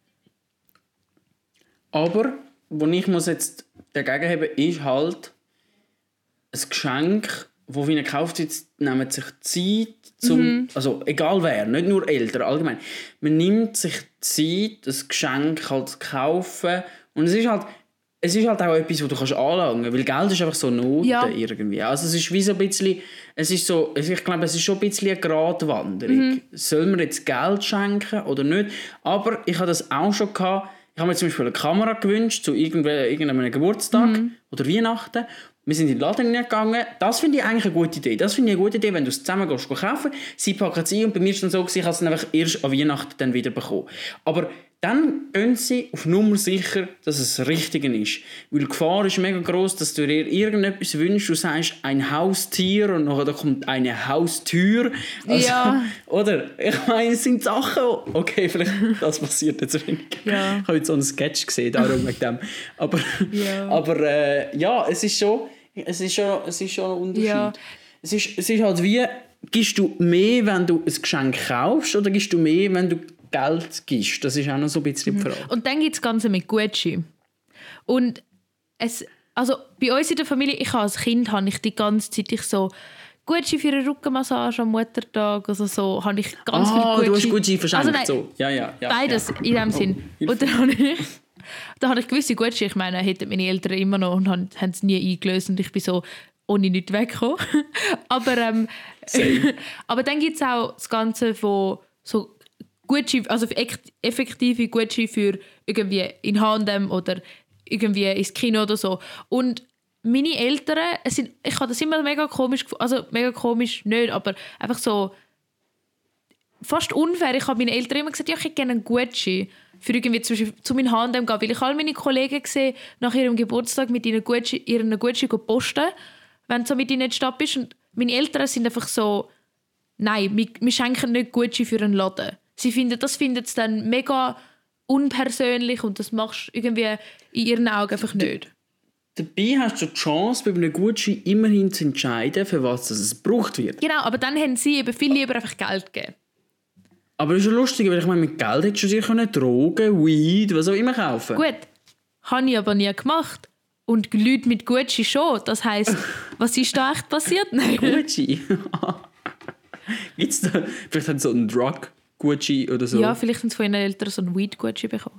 Aber, was ich muss jetzt dagegen haben, ist halt ein Geschenk, das wie gekauft wird, nimmt sich Zeit, zum, mhm. also egal wer, nicht nur Eltern, allgemein. Man nimmt sich Zeit, das Geschenk halt zu kaufen. Und es ist halt, es ist halt auch etwas, was du kannst anlangen kannst, weil Geld ist einfach so Noten ja. irgendwie. Also es ist wie so ein bisschen, es ist so, ich glaube, es ist schon ein bisschen eine Gratwanderung. Mhm. Soll man jetzt Geld schenken oder nicht? Aber ich hatte das auch schon gehabt. Ich habe mir zum Beispiel eine Kamera gewünscht zu irgendeinem Geburtstag mhm. oder Weihnachten. Wir sind in den Laden gegangen. Das finde ich eigentlich eine gute Idee. Das finde ich eine gute Idee, wenn du es zusammen gehst, kaufen. Sie packen es ein und bei mir ist es dann so, ich habe es einfach erst an Weihnachten dann wieder bekommen. Aber dann gehen sie auf Nummer sicher, dass es das Richtige ist. Weil die Gefahr ist mega gross, dass du dir irgendetwas wünschst, du sagst ein Haustier und nachher kommt eine Haustür. Also, ja. Oder? Ich meine, es sind Sachen, okay, vielleicht das passiert jetzt wenig. Ja. Ich habe jetzt so einen Sketch gesehen, darum mit dem. Aber, ja, aber äh, ja, es ist schon, es ist schon, es ist schon ein Unterschied. Ja. Es ist, es ist halt wie, gibst du mehr, wenn du ein Geschenk kaufst, oder gibst du mehr, wenn du Geld gibst? Das ist auch noch so ein bisschen die Frage. Und dann gibt es das Ganze mit Gucci. Und es, also bei uns in der Familie, ich habe als Kind habe ich die ganze Zeit ich so Gucci für eine Rückenmassage am Muttertag, also so habe ich ganz ah, viel Gucci. du hast Gucci verschenkt, also nein, so. Ja, ja, ja. Beides ja. in dem Sinn. Oh, und dann habe ich, dann habe ich gewisse Gucci, ich meine, hätten meine Eltern immer noch und haben, haben es nie eingelöst und ich bin so ohne nichts weggekommen. aber, ähm, aber dann gibt es auch das Ganze von so Gucci, also effektive Gucci für irgendwie in H und M oder irgendwie ins Kino oder so. Und meine Eltern, es sind, ich habe das immer mega komisch gefunden, also mega komisch nicht, aber einfach so fast unfair. Ich habe meinen Eltern immer gesagt, ja, ich hätte gerne einen Gucci für irgendwie zum Beispiel zu meinen H und M gehen, weil ich all meine Kollegen gesehen nach ihrem Geburtstag mit ihren Gucci, ihren Gucci posten, wenn du so mit ihnen in der Stadt bist. Und meine Eltern sind einfach so, nein, wir, wir schenken nicht Gucci für einen Laden. Sie finden, das finden sie dann mega unpersönlich und das machst du irgendwie in ihren Augen einfach nicht. Dabei hast du die Chance, bei einem Gucci immerhin zu entscheiden, für was es gebraucht wird. Genau, aber dann haben sie eben viel lieber einfach Geld gegeben. Aber das ist ja lustig, weil ich meine, mit Geld hättest du dir Drogen, Weed, was auch immer kaufen. Gut, habe ich aber nie gemacht. Und Leute mit Gucci schon. Das heisst, was ist da echt passiert? Nein. Gucci? Gibt's da vielleicht haben sie so einen Drug Gucci oder so? Ja, vielleicht haben sie von ihren Eltern so einen Weed Gucci bekommen.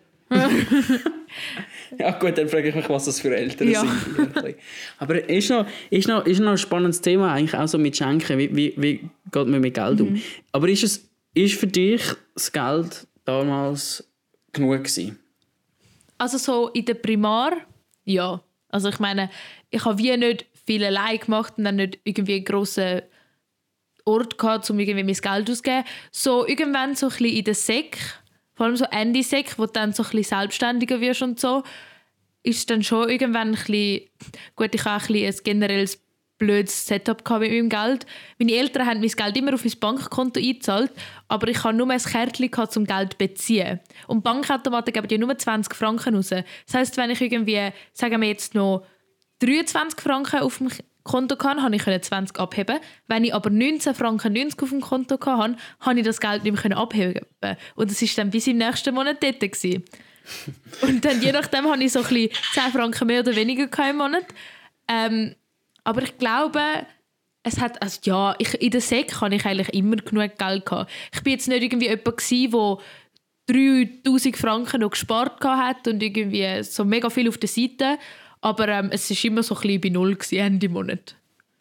Ja gut, dann frage ich mich, was das für Eltern ja. sind. Aber ist noch, ist, noch, ist noch ein spannendes Thema, eigentlich auch so mit Schenken. Wie, wie, wie geht man mit Geld um? Mhm. Aber ist, es, ist für dich das Geld damals genug gewesen? Also so in der Primar, ja. Also ich meine, ich habe wie nicht viel allein gemacht und dann nicht irgendwie einen grossen Ort gehabt, um irgendwie mein Geld auszugeben. So irgendwann so ein bisschen in der Sek, vor allem so Ende Sek, wo du dann so ein bisschen selbstständiger wirst und so, ist dann schon irgendwann ein bisschen, gut, ich habe ein, bisschen ein generelles blödes Setup gehabt mit meinem Geld. Meine Eltern haben mein Geld immer auf mein Bankkonto eingezahlt, aber ich hatte nur ein Kärtchen gehabt, um Geld zu beziehen. Und Bankautomaten geben ja nur zwanzig Franken raus. Das heisst, wenn ich irgendwie, sagen wir jetzt noch dreiundzwanzig Franken auf dem Konto hatte, konnte ich zwanzig abheben. Wenn ich aber neunzehn Franken neunzig auf dem Konto hatte, konnte ich das Geld nicht mehr abheben. Und das war dann bis im nächsten Monat dort. Und dann, je nachdem, hatte ich so ein bisschen zehn Franken mehr oder weniger im Monat. Ähm, aber ich glaube, es hat, also ja, ich, in der Sek hatte ich eigentlich immer genug Geld gehabt. Ich war jetzt nicht irgendwie jemand, der dreitausend Franken noch gespart hat und irgendwie so mega viel auf der Seite. Aber ähm, es war immer so ein bisschen bei Null gewesen, Ende Monat.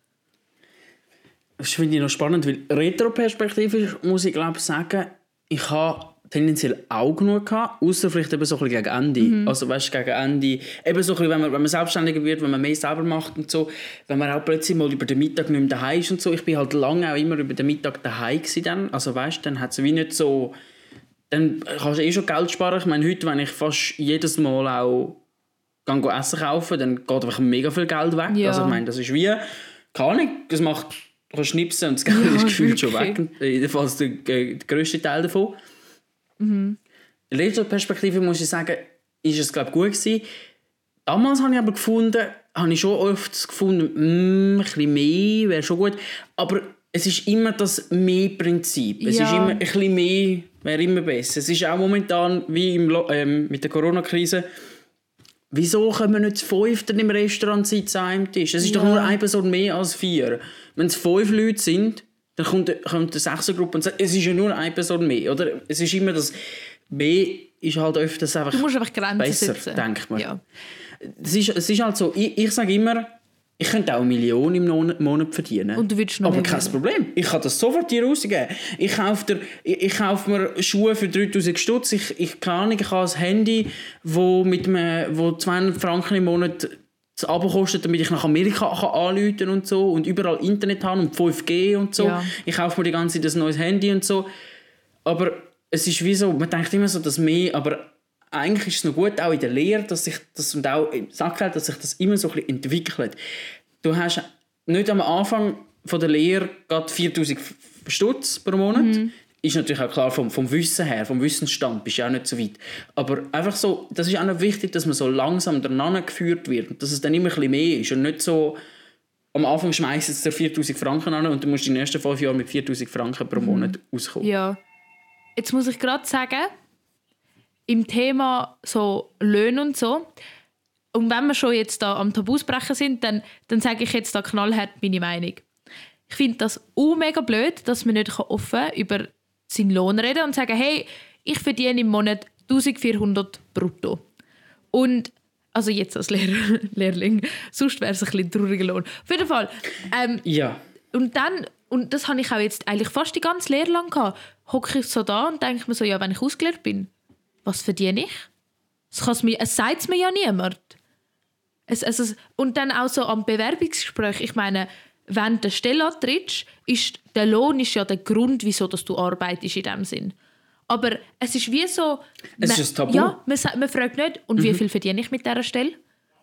Das finde ich noch spannend, weil retroperspektivisch muss ich glaube sagen, ich habe tendenziell auch genug gehabt, außer vielleicht eben so ein bisschen gegen Ende. Mhm. Also weißt du, gegen Ende, eben so ein bisschen, wenn man, wenn man selbstständiger wird, wenn man mehr selber macht und so, wenn man auch plötzlich mal über den Mittag nicht mehr daheim ist und so. Ich bin halt lange auch immer über den Mittag daheim gewesen dann. Also weißt du, dann hat es wie nicht so, dann kannst du eh schon Geld sparen. Ich meine, heute, wenn ich fast jedes Mal auch gehe Essen kaufen, dann geht einfach mega viel Geld weg. Ja. Also ich meine, das ist wie, keine Ahnung, das macht, du kannst schnipsen und das Geld ja, ist gefühlt schon weg. Jedenfalls der, der grösste Teil davon. Mhm. In letzter Perspektive muss ich sagen, ist es glaube gut gewesen. Damals habe ich aber gefunden, habe ich schon oft gefunden, mm, ein bisschen mehr wäre schon gut. Aber es ist immer das Mehr-Prinzip. Es ja. ist immer ein bisschen mehr, wäre immer besser. Es ist auch momentan wie im, ähm, mit der Corona-Krise. Wieso können wir nicht zu fünf im Restaurant sitzen an einem Tisch? Es ist ja. doch nur eine Person mehr als vier. Wenn es fünf Leute sind, dann kommt, kommt eine Sechsergruppe und sagt, es ist ja nur eine Person mehr. Oder? Es ist immer das mehr ist halt öfters einfach, du musst einfach Grenzen besser, setzen. Denkt man. Ja. Es, ist, es ist halt so, ich, ich sage immer, ich könnte auch eine Million im Monat verdienen. Und du willst noch aber kein mehr. Problem. Ich kann das sofort dir rausgeben. Ich kaufe, dir, ich, ich kaufe mir Schuhe für dreitausend Stutz. Ich, ich, kann nicht, ich habe ein Handy, wo, mit einem, wo zweihundert Franken im Monat das Abo kostet, damit ich nach Amerika kann anrufen kann und so. Und überall Internet habe und fünf G und so. Ja. Ich kaufe mir die ganze Zeit ein neues Handy und so. Aber es ist wie so, man denkt immer so, dass mehr, aber eigentlich ist es noch gut, auch in der Lehre, dass sich das, und auch im Sackgeld, dass sich das immer so ein bisschen entwickelt. Du hast nicht am Anfang von der Lehre gerade viertausend Stutz pro Monat. Mhm. Ist natürlich auch klar, vom, vom Wissen her, vom Wissensstand bist du auch nicht so weit. Aber einfach so, das ist auch noch wichtig, dass man so langsam danach geführt wird und dass es dann immer ein bisschen mehr ist und nicht so, am Anfang schmeißt es dir viertausend Franken an und du musst die nächsten fünf Jahre mit viertausend Franken pro Monat mhm. auskommen. Ja. Jetzt muss ich gerade sagen, im Thema so Löhne und so, und wenn wir schon jetzt da am Tabus brechen sind, dann, dann sage ich jetzt da knallhart meine Meinung. Ich finde das auch mega blöd, dass man nicht offen über seinen Lohn reden kann und sagen, hey, ich verdiene im Monat eintausendvierhundert brutto. Und, also jetzt als Lehrer, Lehrling, sonst wäre es ein bisschen ein trauriger Lohn. Auf jeden Fall. Ähm, ja. Und dann, und das habe ich auch jetzt eigentlich fast die ganze Lehre lang gehabt, hocke ich so da und denke mir so, ja, wenn ich ausgelehrt bin, was verdiene ich? Das kann's mir, es sagt es mir ja niemand. Es, es, und dann auch so am Bewerbungsgespräch, ich meine, wenn du eine Stelle antrittst, ist der Lohn ist ja der Grund, wieso dass du arbeitest in dem Sinn. Aber es ist wie so... Es man, ist ein Tabu. Ja, man, man fragt nicht, und mhm. wie viel verdiene ich mit dieser Stelle?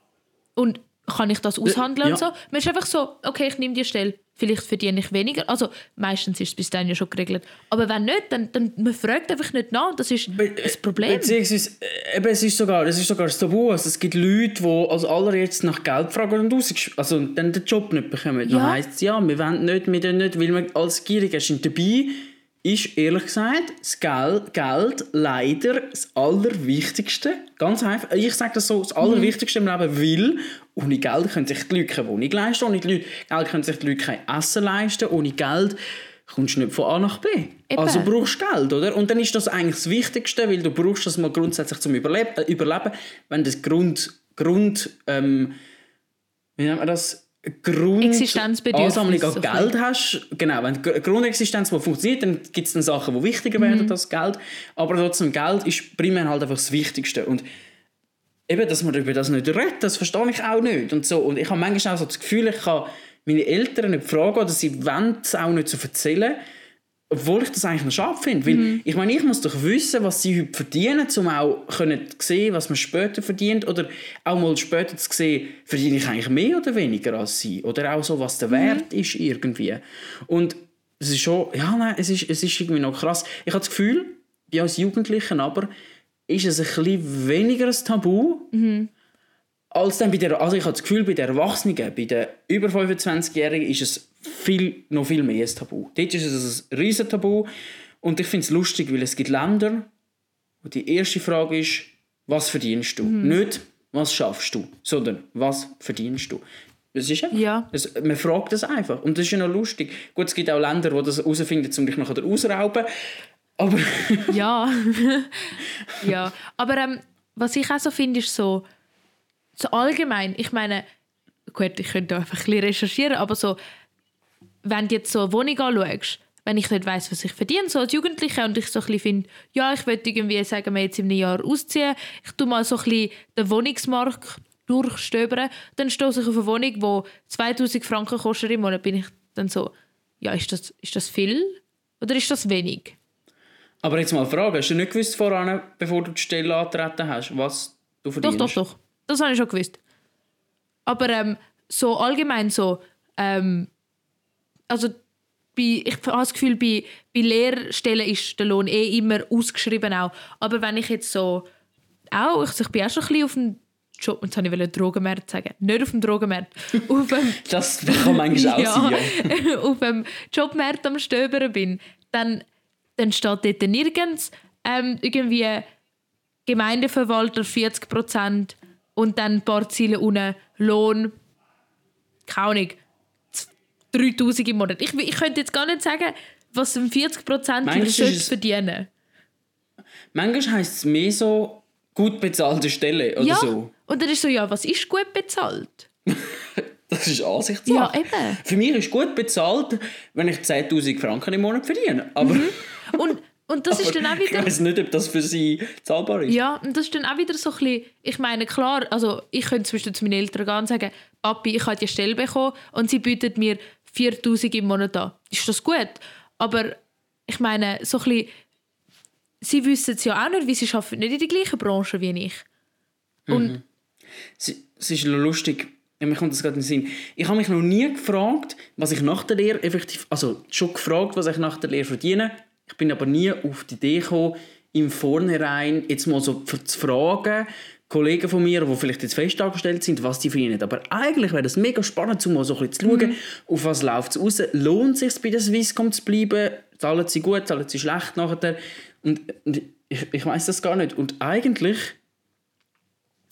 Und kann ich das aushandeln ja. und so? Man ist einfach so, okay, ich nehme die Stelle, vielleicht verdiene ich weniger. Also meistens ist es bis dann ja schon geregelt. Aber wenn nicht, dann, dann man fragt einfach nicht nach. Das ist Be- das Problem. Beziehungsweise, eben, es ist sogar, es ist sogar das Tabu. Also, es gibt Leute, die als allerletztes nach Geld fragen und raus, also dann den Job nicht bekommen. Ja. Dann heisst es, ja, wir wollen nicht, wir wollen nicht, weil wir als Gieriger sind dabei. Ist ehrlich gesagt das Geld, Geld leider das Allerwichtigste. Ganz einfach. Ich sage das so, das Allerwichtigste im Leben, weil ohne Geld können sich die Leute keine Wohnung leisten, ohne Geld können sich die Leute kein Essen leisten, ohne Geld kommst du nicht von A nach B. Eben. Also brauchst du Geld, oder? Und dann ist das eigentlich das Wichtigste, weil du brauchst das mal grundsätzlich zum Überleben. Äh, Überleben. Wenn das Grund, Grund ähm, wie nennt man das? Grundansammlung an so Geld viel. Hast, genau, wenn die Grundexistenz die funktioniert, dann gibt es dann Sachen, die wichtiger werden mhm. als Geld, aber trotzdem Geld ist primär halt einfach das Wichtigste und eben, dass man über das nicht redet, das verstehe ich auch nicht und so, und ich habe manchmal auch so das Gefühl, ich kann meine Eltern nicht fragen oder sie wollen es auch nicht so erzählen, obwohl ich das eigentlich noch schade finde, weil mhm. ich meine, ich muss doch wissen, was sie heute verdienen, um auch können sehen, was man später verdient oder auch mal später zu sehen, verdiene ich eigentlich mehr oder weniger als sie oder auch so, was der Wert mhm. ist irgendwie. Und es ist schon, ja nein, es ist, es ist irgendwie noch krass. Ich habe das Gefühl, bei uns Jugendlichen aber, ist es ein bisschen weniger ein Tabu, mhm. als dann bei der, also ich habe das Gefühl, bei den Erwachsenen, bei den über fünfundzwanzigjährigen ist es viel, noch viel mehr ein Tabu. Dort ist es ein riesen Tabu und ich finde es lustig, weil es gibt Länder, wo die erste Frage ist, was verdienst du? Mhm. Nicht, was schaffst du, sondern was verdienst du? Das ist einfach, ja. das, man fragt das einfach und das ist ja noch lustig. Gut, es gibt auch Länder, die das herausfinden, um dich nachher ausrauben, aber... ja, ja. Aber ähm, was ich auch so finde, ist so, so allgemein, ich meine, gut, ich könnte einfach ein bisschen recherchieren, aber so, wenn du jetzt so eine Wohnung anschaust, wenn ich nicht weiss, was ich verdiene, so als Jugendliche, und ich so ein bisschen finde, ja, ich will irgendwie, sagen wir jetzt in einem Jahr ausziehen, ich tue mal so ein bisschen den Wohnungsmarkt durchstöbern, dann stoße ich auf eine Wohnung, die zweitausend Franken kostet im Monat, bin ich dann so, ja, ist das, ist das viel oder ist das wenig? Aber jetzt mal eine Frage, hast du nicht gewusst voran, bevor du die Stelle antreten hast, was du verdienst? Doch, doch, doch. Das habe ich schon gewusst. Aber ähm, so allgemein so, ähm, also bei, ich habe das Gefühl, bei, bei Lehrstellen ist der Lohn eh immer ausgeschrieben auch. Aber wenn ich jetzt so, auch, ich, ich bin auch schon ein bisschen auf dem Job, jetzt wollte ich Drogenmarkt sagen, nicht auf dem Drogenmarkt. auf dem, das kann manchmal auch ja, sein, ja. auf dem Jobmarkt am Stöbern bin, dann, dann steht dort nirgends ähm, irgendwie Gemeindeverwalter vierzig Prozent und dann ein paar Ziele unten Lohn, keine Ahnung, dreitausend im Monat. Ich, ich könnte jetzt gar nicht sagen, was um vierzig Prozent verdienen. Manchmal heisst es mehr so gut bezahlte Stelle oder ja, so. Und dann ist so, ja, was ist gut bezahlt? Das ist Ansichtssache. Ja, eben. Für mich ist gut bezahlt, wenn ich zehntausend Franken im Monat verdiene. Aber mhm. und, und das ist dann auch wieder... Ich weiss nicht, ob das für sie zahlbar ist. Ja, und das ist dann auch wieder so ein bisschen... Ich meine, klar, also ich könnte zum Beispiel zu meinen Eltern gehen und sagen, Papi, ich habe die Stelle bekommen und sie bietet mir viertausend im Monat an. Ist das gut? Aber ich meine, so ein bisschen... Sie wissen es ja auch nicht, weil sie arbeiten nicht in der gleichen Branche wie ich. Und mhm. es, es ist lustig, mir kommt das gerade in den Sinn. Ich habe mich noch nie gefragt, was ich nach der Lehre effektiv... Also schon gefragt, was ich nach der Lehre verdiene. Ich bin aber nie auf die Idee gekommen, im Vornherein jetzt mal so zu fragen, Kollegen von mir, die vielleicht jetzt fest angestellt sind, was die verdienen. Aber eigentlich wäre das mega spannend, um mal so ein bisschen zu schauen, mhm. auf was läuft es raus. Lohnt es sich bei der Swisscom zu bleiben? Zahlen sie gut, zahlen sie schlecht nachher? Und, und ich, ich weiss das gar nicht. Und eigentlich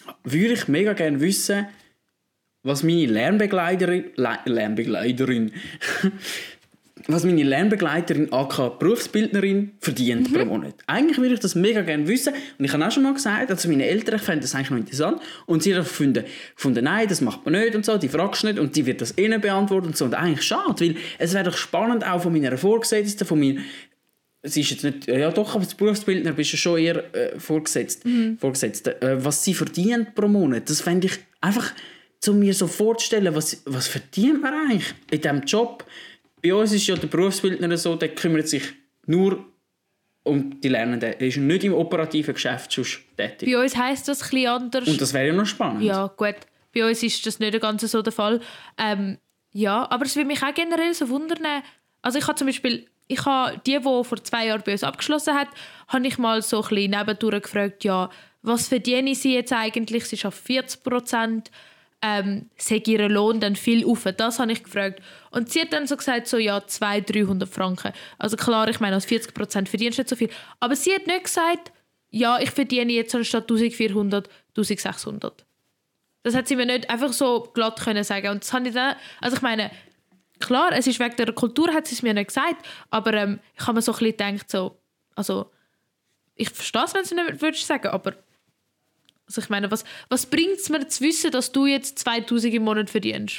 würde ich mega gerne wissen, was meine Lernbegleiterin, Le- Lernbegleiterin, was meine Lernbegleiterin aka Berufsbildnerin verdient mhm. pro Monat. Eigentlich würde ich das mega gerne wissen. Und ich habe auch schon mal gesagt, also meine Eltern fänden das eigentlich noch interessant. Und sie haben gefunden, gefunden, nein, das macht man nicht und so, die fragst du nicht und die wird das ihnen beantworten und so. Und eigentlich schade, weil es wäre doch spannend, auch von meiner Vorgesetzten, von mir. Sie ist jetzt nicht, ja doch, aber als Berufsbildner bist du schon eher äh, vorgesetzt, mhm. Vorgesetzte. Äh, was sie verdient pro Monat, das fände ich einfach, um mir so vorzustellen, was, was verdient man eigentlich in diesem Job. Bei uns ist ja der Berufsbildner so, der kümmert sich nur um die Lernenden. Er ist nicht im operativen Geschäft sonst tätig. Bei uns heisst das ein bisschen anders. Und das wäre ja noch spannend. Ja, gut. Bei uns ist das nicht ganz so der Fall. Ähm, ja, aber es würde mich auch generell so wundern. Also ich habe zum Beispiel, ich habe die, die vor zwei Jahren bei uns abgeschlossen hat, habe ich mal so ein bisschen nebendurch gefragt, ja, was verdiene sie jetzt eigentlich? Sie schafft vierzig Prozent. Ähm, sei ihr Lohn dann viel auf? Das habe ich gefragt. Und sie hat dann so gesagt, so, ja, zweihundert, dreihundert Franken. Also klar, ich meine, als vierzig Prozent verdienst du nicht so viel. Aber sie hat nicht gesagt, ja, ich verdiene jetzt anstatt eintausendvierhundert, eintausendsechshundert. Das hat sie mir nicht einfach so glatt können sagen. Und das habe ich dann, also ich meine, klar, es ist wegen der Kultur, hat sie es mir nicht gesagt, aber ähm, ich habe mir so ein bisschen gedacht, so, also, ich verstehe es, wenn sie nicht würdest sagen, aber also ich meine, was, was bringt es mir zu wissen, dass du jetzt zweitausend im Monat verdienst?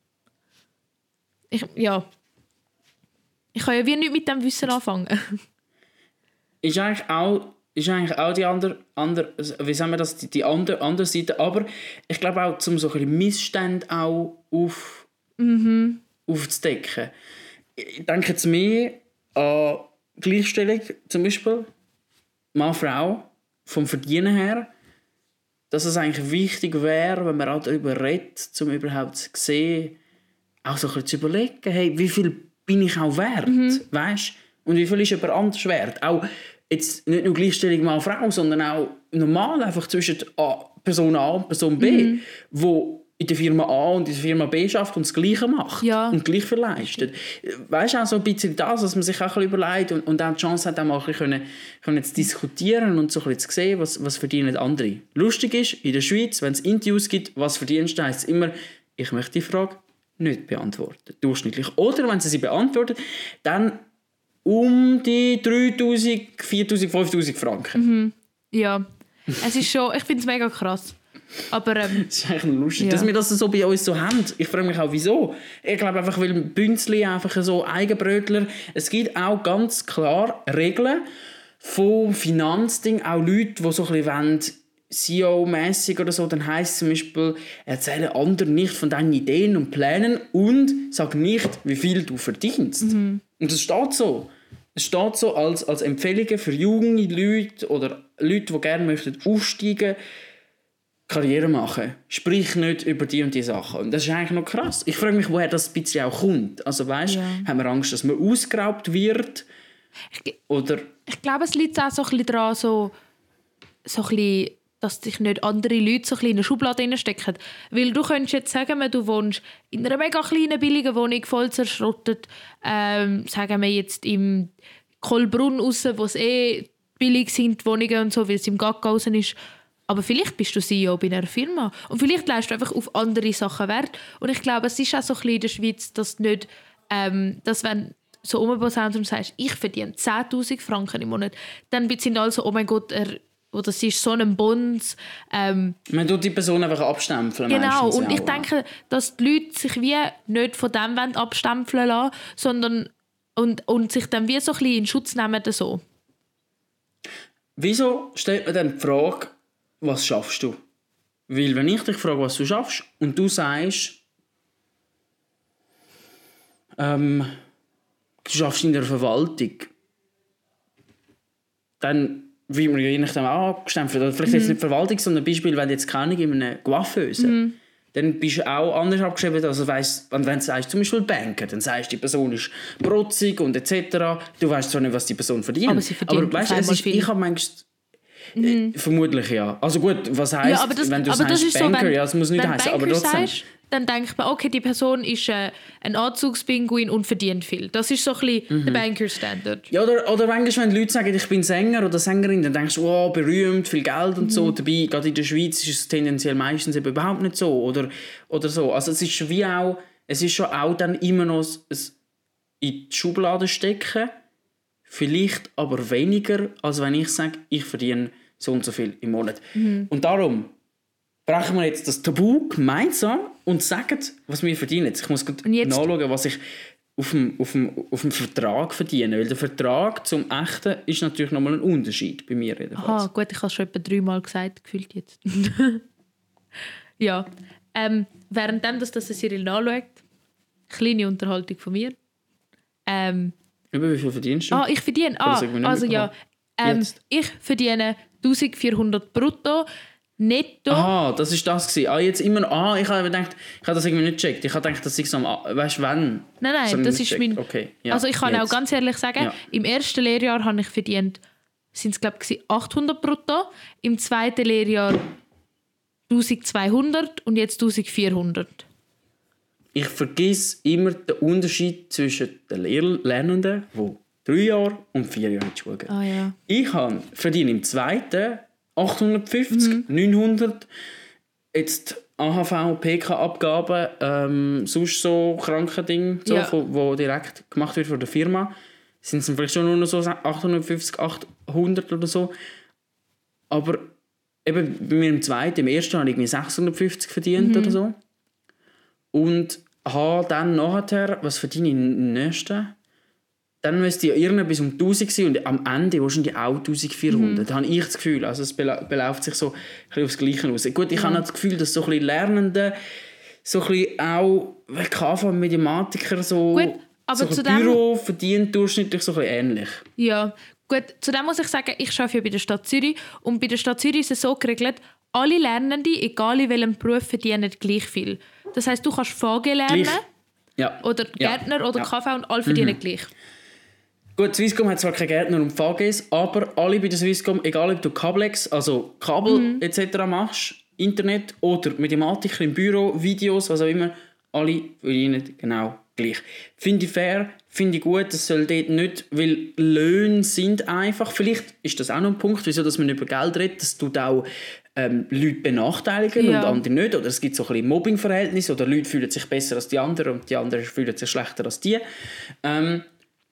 Ich, ja. Ich kann ja wie nicht mit dem Wissen anfangen. Ist eigentlich auch, ist eigentlich auch die andere, andere, wie sagen wir das, die, die andere, andere Seite. Aber ich glaube auch, um so ein bisschen Missstände auch auf, mhm. aufzudecken. Ich denke jetzt mehr an Gleichstellung, zum Beispiel Mann-Frau, vom Verdienen her. Dass es eigentlich wichtig wäre, wenn man auch darüber redet, um überhaupt zu sehen, auch so ein bisschen zu überlegen, hey, wie viel bin ich auch wert, mhm. weißt? Und wie viel ist jemand anders wert? Auch jetzt nicht nur Gleichstellung Mann-Frau, sondern auch normal einfach zwischen Person A und Person B, mhm. wo in der Firma A und in der Firma B schafft und das Gleiche macht ja. und gleich verleistet. Weißt du, auch so ein bisschen das, dass man sich auch ein bisschen überlegt und, und auch die Chance hat, auch mal ein bisschen können, können zu diskutieren und so ein bisschen zu sehen, was, was verdienen andere. Lustig ist, in der Schweiz, wenn es Interviews gibt, was verdienst du, heisst es immer, ich möchte die Frage nicht beantworten. Durchschnittlich. Oder wenn sie sie beantwortet, dann um die dreitausend, viertausend, fünftausend Franken. Mhm. Ja, es ist schon, ich finde es mega krass. Aber, ähm, das ist eigentlich lustig, ja. dass wir das so bei uns so haben. Ich frage mich auch, wieso. Ich glaube einfach, weil Bünzli einfach so Eigenbrötler. Es gibt auch ganz klar Regeln vom Finanzding, auch Leute, die so ein bisschen C E O-mässig oder so, dann heisst es zum Beispiel, erzähle anderen nicht von deinen Ideen und Plänen und sag nicht, wie viel du verdienst. Mhm. Und das steht so. Es steht so als, als Empfehlungen für junge Leute oder Leute, die gerne möchten aufsteigen, Karriere machen. Sprich nicht über die und die Sachen. Und das ist eigentlich noch krass. Ich frage mich, woher das ein bisschen auch kommt. Also weißt, ja. haben wir Angst, dass man ausgeraubt wird? Ich, oder? Ich glaube, es liegt auch so ein bisschen daran, so, so ein bisschen, dass sich nicht andere Leute so ein bisschen in eine Schublade stecken. Weil du könntest jetzt sagen, du wohnst in einer mega kleinen, billigen Wohnung, voll zerschrottet. Ähm, sagen wir jetzt im Kohlbrunn raus, wo es eh billig sind, die Wohnungen und so, weil es im Gaga raus ist. Aber vielleicht bist du C E O bei einer Firma. Und vielleicht leistest du einfach auf andere Sachen Wert. Und ich glaube, es ist auch so ein bisschen in der Schweiz, dass nicht, ähm, dass wenn so umgebaut und sagst, ich verdiene zehntausend Franken im Monat, dann sind alle so, oh mein Gott, er, oder das ist so ein Bons. Ähm, Man tut die Person einfach abstempeln. Genau, und ich denke, dass die Leute sich wie nicht von dem abstempeln lassen, sondern und, und sich dann wie so ein bisschen in Schutz nehmen. So. Wieso stellt man dann die Frage, was schaffst du? Weil wenn ich dich frage, was du schaffst, und du sagst, ähm, du schaffst in der Verwaltung, dann wird man ja je nachdem auch abgestempelt. Oder vielleicht mhm. jetzt nicht Verwaltung, sondern Beispiel, wenn du jetzt keine in einem Coiffeuse, mhm. dann bist du auch anders abgeschrieben. Also weißt, wenn du sagst, zum Beispiel Banker, dann sagst du, die Person ist protzig und et cetera. Du weißt zwar nicht, was die Person verdient. Aber sie verdient aber weißt, es ist, ich habe manchmal Mhm. Vermutlich ja. Also gut, was heisst, ja, das, wenn du sagst Banker, so, wenn, ja, das muss nicht heißen. Aber trotzdem, sagst, dann denkt man, okay, die Person ist äh, ein Anzugspinguin und verdient viel. Das ist so ein bisschen mhm. der Banker-Standard. Ja, oder, oder manchmal, wenn Leute sagen, ich bin Sänger oder Sängerin, dann denkst du, wow, berühmt, viel Geld und mhm. so. Dabei, gerade in der Schweiz ist es tendenziell meistens eben überhaupt nicht so. Oder, oder so. Also es ist wie auch, es ist schon auch dann immer noch ein, in die Schublade stecken, vielleicht aber weniger, als wenn ich sage, ich verdiene so und so viel im Monat. Mhm. Und darum brechen wir jetzt das Tabu gemeinsam und sagen, was wir verdienen. Ich muss jetzt nachschauen, was ich auf dem, auf, dem, auf dem Vertrag verdiene. Weil der Vertrag zum Echten ist natürlich nochmal ein Unterschied bei mir. Jedenfalls. Aha, gut, ich habe es schon etwa dreimal gesagt, gefühlt jetzt. ja, ähm, währenddem, dass das Cyril nachschaut, kleine Unterhaltung von mir. Ähm, Über wie viel verdienst du? Ah, ich verdiene, ah, also ja, ähm, ich verdiene eintausendvierhundert brutto. Netto. Ah, das war das gewesen. Ah, jetzt immer noch. Ah, ich habe gedacht, ich habe das irgendwie nicht gecheckt. Ich habe gedacht, das ist so am, weißt du, wann? Nein, nein, das, das ist checkt. mein... Okay, ja, also ich kann jetzt. auch ganz ehrlich sagen, ja. Im ersten Lehrjahr habe ich verdient, sind es glaube ich achthundert brutto, im zweiten Lehrjahr eintausendzweihundert und jetzt eintausendvierhundert. Ich vergesse immer den Unterschied zwischen den Lehr- Lernenden, die drei Jahre und vier Jahre in die Schule gehen. Ah, ja. Ich habe, verdiene im zweiten achthundertfünfzig, mhm. neunhundert, jetzt A H V, P K-Abgaben, ähm, sonst so Krankendinge, so, ja. wo, wo direkt gemacht wird von der Firma, sind es vielleicht schon nur noch so achthundertfünfzig, achthundert oder so. Aber eben bei mir im zweiten, im ersten habe ich irgendwie sechshundertfünfzig verdient mhm. oder so. Und habe dann nachher, was verdiene ich im nächsten? Dann müsste ja irgendetwas um tausend sein und am Ende wahrscheinlich auch eintausendvierhundert. Mhm. Da habe ich das Gefühl. Also es beläuft sich so ein bisschen aufs Gleiche aus. Gut, ich mhm. habe das Gefühl, dass so ein bisschen Lernende, so ein bisschen auch K V Mathematiker, so, gut, aber so zu ein Büro dem... verdient durchschnittlich so ein bisschen ähnlich. Ja, gut, zu dem muss ich sagen, ich arbeite ja bei der Stadt Zürich und bei der Stadt Zürich ist es so geregelt, alle Lernende, egal in welchem Beruf, verdienen gleich viel. Das heisst, du kannst V G lernen ja. oder Gärtner ja. oder ja. K V und alle verdienen mhm. gleich. Gut, Swisscom hat zwar keine Gärtner und V Gs, aber alle bei der Swisscom, egal ob du Cablex, also Kabel mhm. et cetera machst, Internet oder Mathematiker im Büro, Videos, was auch immer, alle verdienen genau gleich. Finde ich fair, finde ich gut, das soll dort nicht, weil Löhne sind einfach, vielleicht ist das auch noch ein Punkt, wieso dass man über Geld redet, das tut auch ähm, Leute benachteiligen ja. und andere nicht, oder es gibt so ein bisschen Mobbingverhältnisse, oder Leute fühlen sich besser als die anderen und die anderen fühlen sich schlechter als die. Ähm,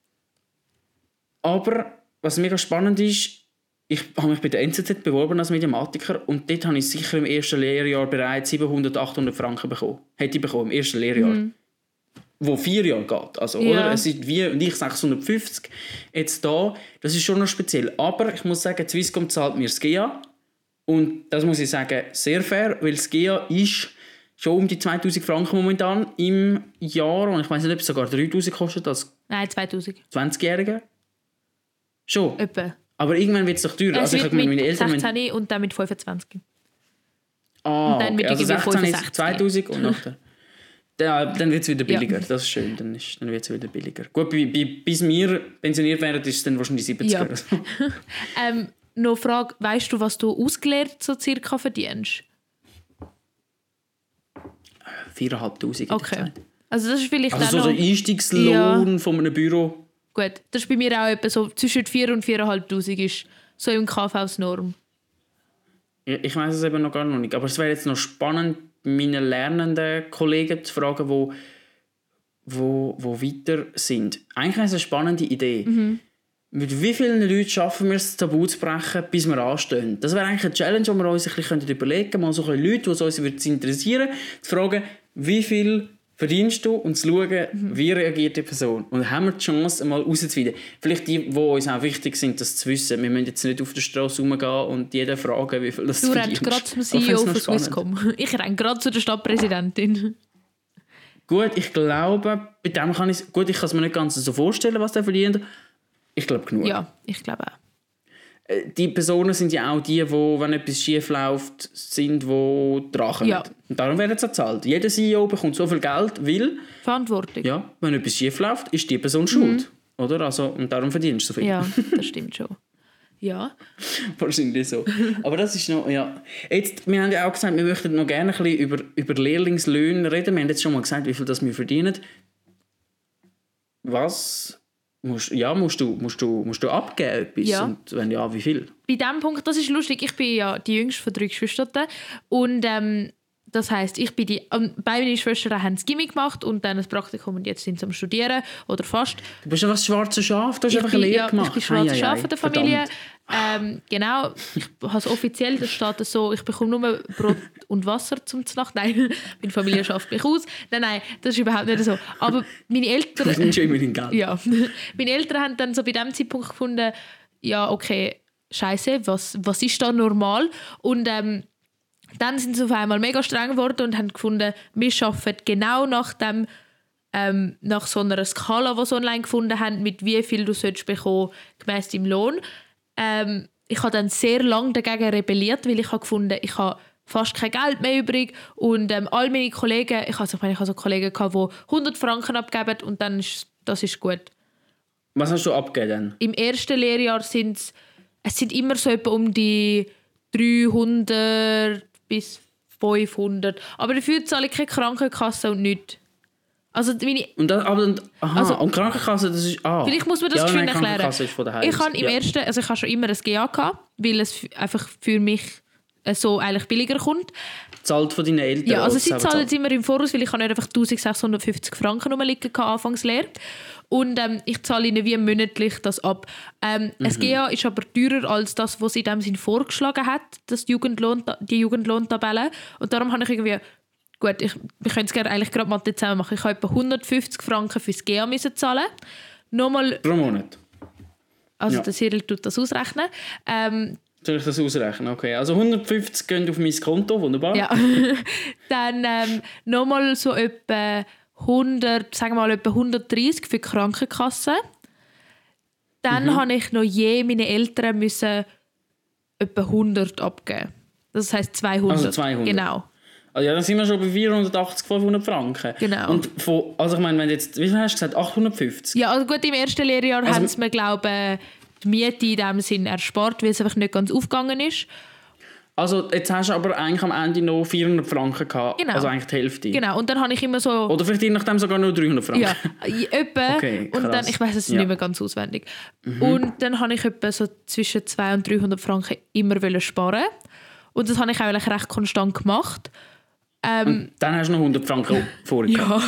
Aber was mega spannend ist, ich habe mich bei der N Z Z beworben als Mathematiker und dort habe ich sicher im ersten Lehrjahr bereits siebenhundert, achthundert Franken bekommen. Hätte ich bekommen im ersten Lehrjahr. Mhm. Wo vier Jahre geht. Also, ja. oder? Es ist wie und ich sechshundertfünfzig. Jetzt da, das ist schon noch speziell. Aber ich muss sagen, Swisscom zahlt mir das G E A. Und das muss ich sagen, sehr fair, weil das G E A ist schon um die zweitausend Franken momentan im Jahr. Und ich weiß nicht, ob es sogar dreitausend kostet als Nein, zweitausend. zwanzigjährige. Schon. Etwa. Aber irgendwann wird es doch teurer. Es also ich wird meine, mit meine Eltern sechzehn und dann mit fünfundzwanzig. Ah, und dann okay. mit Also sechzehn ist zweitausend und nachher... Ja, dann wird es wieder billiger. Ja. Das ist schön, dann, dann wird es wieder billiger. Gut, bei, bei, bis wir pensioniert werden, ist es dann wahrscheinlich siebzig. Ja. ähm, noch eine Frage, weißt du, was du ausgelehrt so circa verdienst? viertausendfünfhundert. Okay. Also das ist vielleicht also auch so noch... der Einstiegslohn ja. von einem Büro. Gut, das ist bei mir auch etwa so zwischen viertausend und viertausendfünfhundert ist so im K V-Norm. Ja, ich weiß es eben noch gar noch nicht. Aber es wäre jetzt noch spannend, meine lernenden Kollegen zu fragen, die wo, wo weiter sind. Eigentlich ist es eine spannende Idee. Mhm. Mit wie vielen Leuten schaffen wir es, das Tabu zu brechen, bis wir anstehen? Das wäre eigentlich eine Challenge, die wir uns ein bisschen überlegen können. Mal so ein Leute, die uns interessieren, zu fragen, wie viel verdienst du und zu schauen, mhm. wie reagiert die Person. Und haben wir die Chance, einmal herauszufinden. Vielleicht die, die uns auch wichtig sind, das zu wissen. Wir müssen jetzt nicht auf der Straße rumgehen und jeden fragen, wie viel das du verdienst. Du rennst gerade zum C E O von Swisscom. Ich renne gerade zu der Stadtpräsidentin. Gut, ich glaube, bei dem kann ich... Gut, ich kann es mir nicht ganz so vorstellen, was der verdient. Ich glaube genug. Ja, ich glaube auch. Die Personen sind ja auch die, die, wenn etwas schief läuft, sind, die drachen. Ja. Und darum werden sie bezahlt. Jeder C E O bekommt so viel Geld, weil... Verantwortung. Ja, wenn etwas schief läuft, ist die Person schuld. Mhm. Oder? Also, und darum verdienst du so viel. Ja, das stimmt schon. Ja. Wahrscheinlich so. Aber das ist noch, ja. Jetzt, wir haben ja auch gesagt, wir möchten noch gerne ein bisschen über, über Lehrlingslöhne reden. Wir haben jetzt schon mal gesagt, wie viel das wir verdienen. Was musst, ja, musst, du, musst, du, musst du abgeben etwas? Ja. Und wenn ja, wie viel? Bei diesem Punkt, das ist lustig, ich bin ja die jüngste von drei Geschwistern und ähm, das heisst, ich bin die, ähm, beide meine Schwestern haben das Gimmi gemacht und dann ein Praktikum und jetzt sind sie am Studieren oder fast. Du bist einfach das schwarze Schaf, du hast Ich einfach bin, eine Lehre ja, gemacht. ich bin schwarze Hei, hei, Schaf hei. von der Familie. Ähm, genau, ich habe es offiziell, das steht so, ich bekomme nur Brot und Wasser zum Nacht. Nein, meine Familie schafft mich aus. Nein, nein, das ist überhaupt nicht so. Aber meine Eltern... Das ist schon immer in Geld. Ja, meine Eltern haben dann so bei diesem Zeitpunkt gefunden, ja, okay, scheiße, was, was ist da normal? Und ähm, dann sind sie auf einmal mega streng geworden und haben gefunden, wir arbeiten genau nach dem, ähm, nach so einer Skala, die sie online gefunden haben, mit wie viel du sollst bekommen, gemäss deinem Lohn. Ähm, ich habe dann sehr lange dagegen rebelliert, weil ich habe gefunden, ich habe fast kein Geld mehr übrig und ähm, all meine Kollegen, ich habe, ich meine, ich habe so Kollegen gehabt, die hundert Franken abgeben und dann ist das ist gut. Was hast du abgegeben? Im ersten Lehrjahr sind es, es sind immer so etwa um die dreihundert bis fünfhundert. Aber dafür zahle ich keine Krankenkasse und nichts. Also meine, und das, aber, aha, also, und Krankenkasse, das ist... Ah. Vielleicht muss man das ja, schön nein, erklären. Krankenkasse ist von daheim. Ich habe im ja. ersten, also ich habe schon immer ein G A gehabt, weil es f- einfach für mich äh, so eigentlich billiger kommt. Zahlt von deinen Eltern? Ja, also oder sie selber zahlen zahlt? immer im Voraus, weil ich habe nicht einfach eintausendsechshundertfünfzig Franken rumliegen gehabt, Anfangslehre. Und ähm, ich zahle ihnen wie monatlich das ab. Ähm, Mhm. Das G A ist aber teurer als das, was sie in dem Sinn vorgeschlagen hat, das Jugendlohn, die Jugendlohntabelle. Und darum habe ich irgendwie, gut, ich, wir können es gerne eigentlich gerade mal zusammen machen. Ich habe etwa hundertfünfzig Franken für das G A müssen zahlen. Nochmal, Pro Monat? also Ja. der Cyril tut das ausrechnen. Ähm, Soll ich das ausrechnen? Okay, also hundertfünfzig gehen auf mein Konto, wunderbar. Ja. Dann ähm, nochmal so etwa hundert, sagen wir mal etwa hundertdreissig für die Krankenkasse. Dann Mhm. habe ich noch je meine Eltern müssen etwa hundert abgeben. Das heisst zweihundert. Also zweihundert. Genau. Also ja, dann sind wir schon bei vierhundertachtzig, fünfhundert Franken. Genau. Und von, also ich meine, wenn jetzt, wie viel hast du gesagt, achthundertfünfzig? Ja, also gut, im ersten Lehrjahr Also- haben sie mir, glaube ich, die Miete in dem Sinn erspart, weil es einfach nicht ganz aufgegangen ist. Also jetzt hast du aber eigentlich am Ende noch vierhundert Franken gehabt, Genau. also eigentlich die Hälfte. Genau, und dann habe ich immer so... Oder vielleicht je nachdem sogar nur dreihundert Franken. Ja, etwa. Okay, und dann, krass. ich weiß es Ja. nicht mehr ganz auswendig. Und dann habe ich etwa so zwischen zweihundert und dreihundert Franken immer wollen sparen. Und das habe ich eigentlich recht konstant gemacht. Ähm, Dann hast du noch hundert Franken vorher. ja.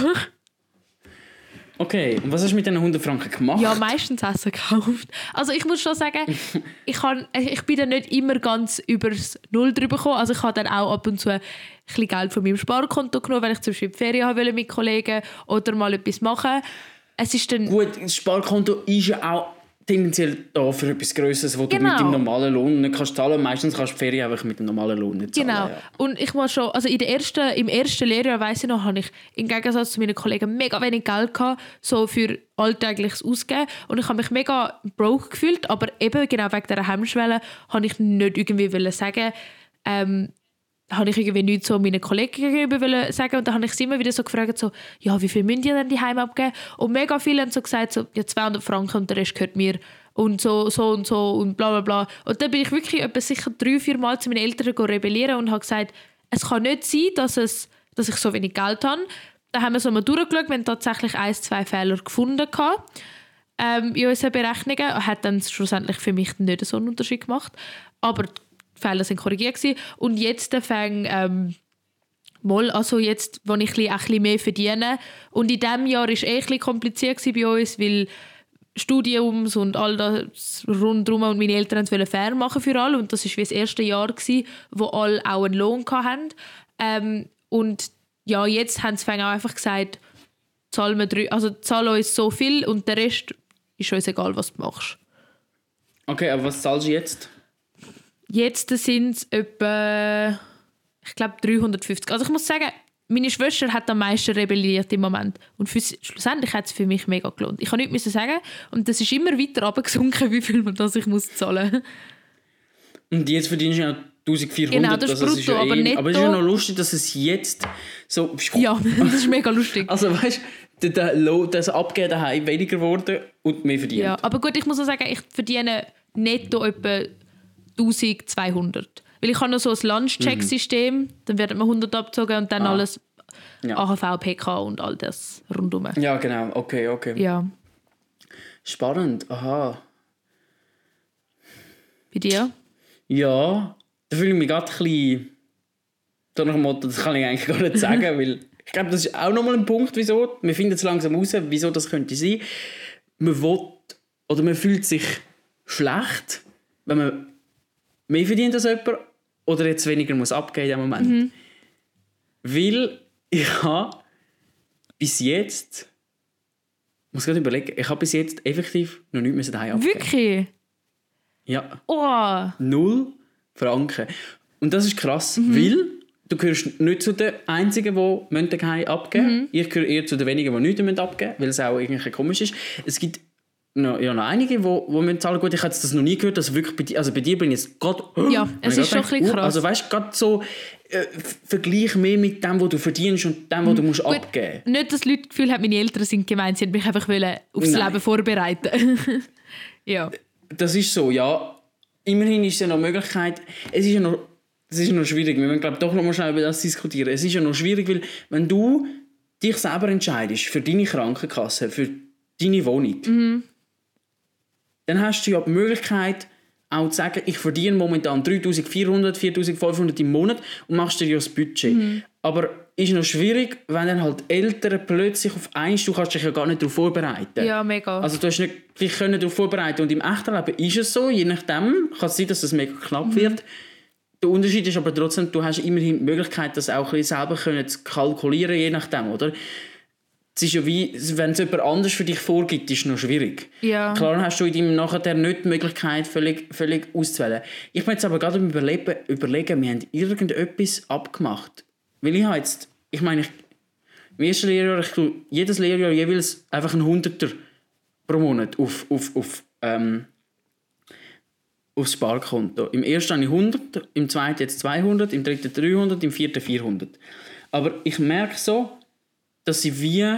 Okay, und was hast du mit diesen hundert Franken gemacht? ja, meistens Essen gekauft. Also ich muss schon sagen, ich, kann, ich bin dann nicht immer ganz übers Null drüber gekommen. Also ich habe dann auch ab und zu ein bisschen Geld von meinem Sparkonto genommen, wenn ich zum Beispiel in die Ferien haben wollte mit Kollegen oder mal etwas machen. Es ist dann... Gut, das Sparkonto ist ja auch tendenziell da für etwas Grösseres, wo Genau. du mit dem normalen Lohn nicht kannst zahlen. Meistens kannst du die Ferien einfach mit dem normalen Lohn nicht zahlen. Genau. Ja. Und ich muss schon, also in der ersten, im ersten Lehrjahr, weiss ich noch, habe ich im Gegensatz zu meinen Kollegen mega wenig Geld gehabt, so für alltägliches Ausgeben. Und ich habe mich mega broke gefühlt, aber eben genau wegen dieser Hemmschwelle habe ich nicht irgendwie wollen sagen, ähm, habe ich irgendwie nichts so meinen Kollegen gegenüber wollen sagen. Und dann habe ich sie immer wieder so gefragt, so, ja, wie viel müsst ihr denn die Heim abgeben? Und mega viele haben so gesagt, so, ja, zweihundert Franken und der Rest gehört mir. Und so, so und so und bla bla bla. Und dann bin ich wirklich etwa sicher drei, vier Mal zu meinen Eltern rebellieren und habe gesagt, es kann nicht sein, dass, es, dass ich so wenig Geld habe. Dann haben wir so mal durchgeschaut, wir haben tatsächlich ein, zwei Fehler gefunden ähm, in unseren Berechnungen. Hat dann schlussendlich für mich nicht so einen Unterschied gemacht. Aber die Fehler sind korrigiert gewesen. Und jetzt fängt ähm, mal, also jetzt, wo ich ein bisschen, auch ein bisschen mehr verdiene. Und in diesem Jahr war es eh ein bisschen kompliziert bei uns, weil Studiums und all das rundherum und meine Eltern wollten fair machen für alle. Und das war wie das erste Jahr, gewesen, wo alle auch einen Lohn hatten. Ähm, und ja, jetzt haben sie auch einfach gesagt, zahl, wir drei, also zahl uns so viel und der Rest ist uns egal, was du machst. Okay, aber was zahlst du jetzt? Jetzt sind es etwa, ich glaube, dreihundertfünfzig. Also ich muss sagen, meine Schwester hat am meisten rebelliert im Moment. Und für, schlussendlich hat es für mich mega gelohnt. Ich kann nichts sagen. Und das ist immer weiter runtergesunken, wie viel man das ich muss zahlen. Und jetzt verdienst du ja eintausendvierhundert. Genau, das ist also brutto, ist ja aber eh, netto- aber es ist ja noch lustig, dass es jetzt so... Ja, das ist mega lustig. Also weißt du, der Lohn, das Abgeben daheim weniger geworden und mehr verdient. Ja, aber gut, ich muss auch sagen, ich verdiene netto etwa eintausendzweihundert. Weil ich habe noch so ein Lunch-Check-System, mhm. dann werden mir hundert abgezogen und dann ah. alles ja. A H V, P K und all das rundum. Ja, genau. Okay, okay. Ja. Spannend. Aha. Bei dir? Ja, da fühle ich mich gerade ein bisschen... So nach dem Motto, das kann ich eigentlich gar nicht sagen, weil ich glaube, das ist auch nochmal ein Punkt, wieso. Wir finden es langsam raus, wieso das könnte sein. Man will, oder man fühlt sich schlecht, wenn man mehr verdient als jemand oder jetzt weniger muss abgeben in diesem Moment. Mhm. Weil ich habe bis jetzt, ich muss gerade überlegen, ich habe bis jetzt effektiv noch nichts daheim abgeben. Wirklich? Ja. Oh. Null Franken. Und das ist krass, mhm. weil du gehörst nicht zu den Einzigen, die daheim abgeben müssen. Mhm. Ich gehöre eher zu den wenigen, die nichts abgeben müssen, weil es auch irgendwie komisch ist. Es gibt noch, ja, noch einige, die, die müssen zahlen. Gut, ich habe das noch nie gehört, dass wirklich bei dir, also bei dir bin ich jetzt gerade... Ja, es ist schon ein bisschen krass. Also weißt du, gerade so äh, Vergleich mehr mit dem, was du verdienst und dem, was du musst Gut, abgeben musst. Nicht, dass Leute das Gefühl haben, meine Eltern sind gemeint, sie wollten mich einfach aufs Nein. Leben vorbereiten. Ja. Das ist so, ja. Immerhin ist es ja noch eine Möglichkeit, es ist ja noch, es ist ja noch schwierig, wir müssen glaube doch noch mal schnell über das diskutieren. Es ist ja noch schwierig, weil wenn du dich selber entscheidest für deine Krankenkasse, für deine Wohnung, mhm. dann hast du ja die Möglichkeit, auch zu sagen, ich verdiene momentan dreitausendvierhundert, viertausendfünfhundert im Monat und machst dir ja das Budget. Mhm. Aber ist noch schwierig, wenn dann halt Eltern plötzlich auf eins, du kannst dich ja gar nicht darauf vorbereiten. Ja, mega. Also du hast nicht dich darauf vorbereiten und im echten Leben ist es so, je nachdem kann es sein, dass es mega knapp mhm. wird. Der Unterschied ist aber trotzdem, du hast immerhin die Möglichkeit, das auch ein bisschen selber können zu kalkulieren, je nachdem, oder? Es ist ja wie, wenn es jemand anders für dich vorgibt, ist es noch schwierig. Ja. Klar hast du in deinem nachher nicht die Möglichkeit, völlig, völlig auszuwählen. Ich bin jetzt aber gerade am überlegen, überlegen, wir haben irgendetwas abgemacht. Weil ich habe jetzt, ich meine, ich, im ersten Lehrjahr, ich tue jedes Lehrjahr jeweils einfach ein Hunderter pro Monat auf, auf, auf, ähm, aufs Sparkonto. Im ersten habe ich hundert, im zweiten jetzt zweihundert, im dritten dreihundert, im vierten vierhundert. Aber ich merke so, dass ich wie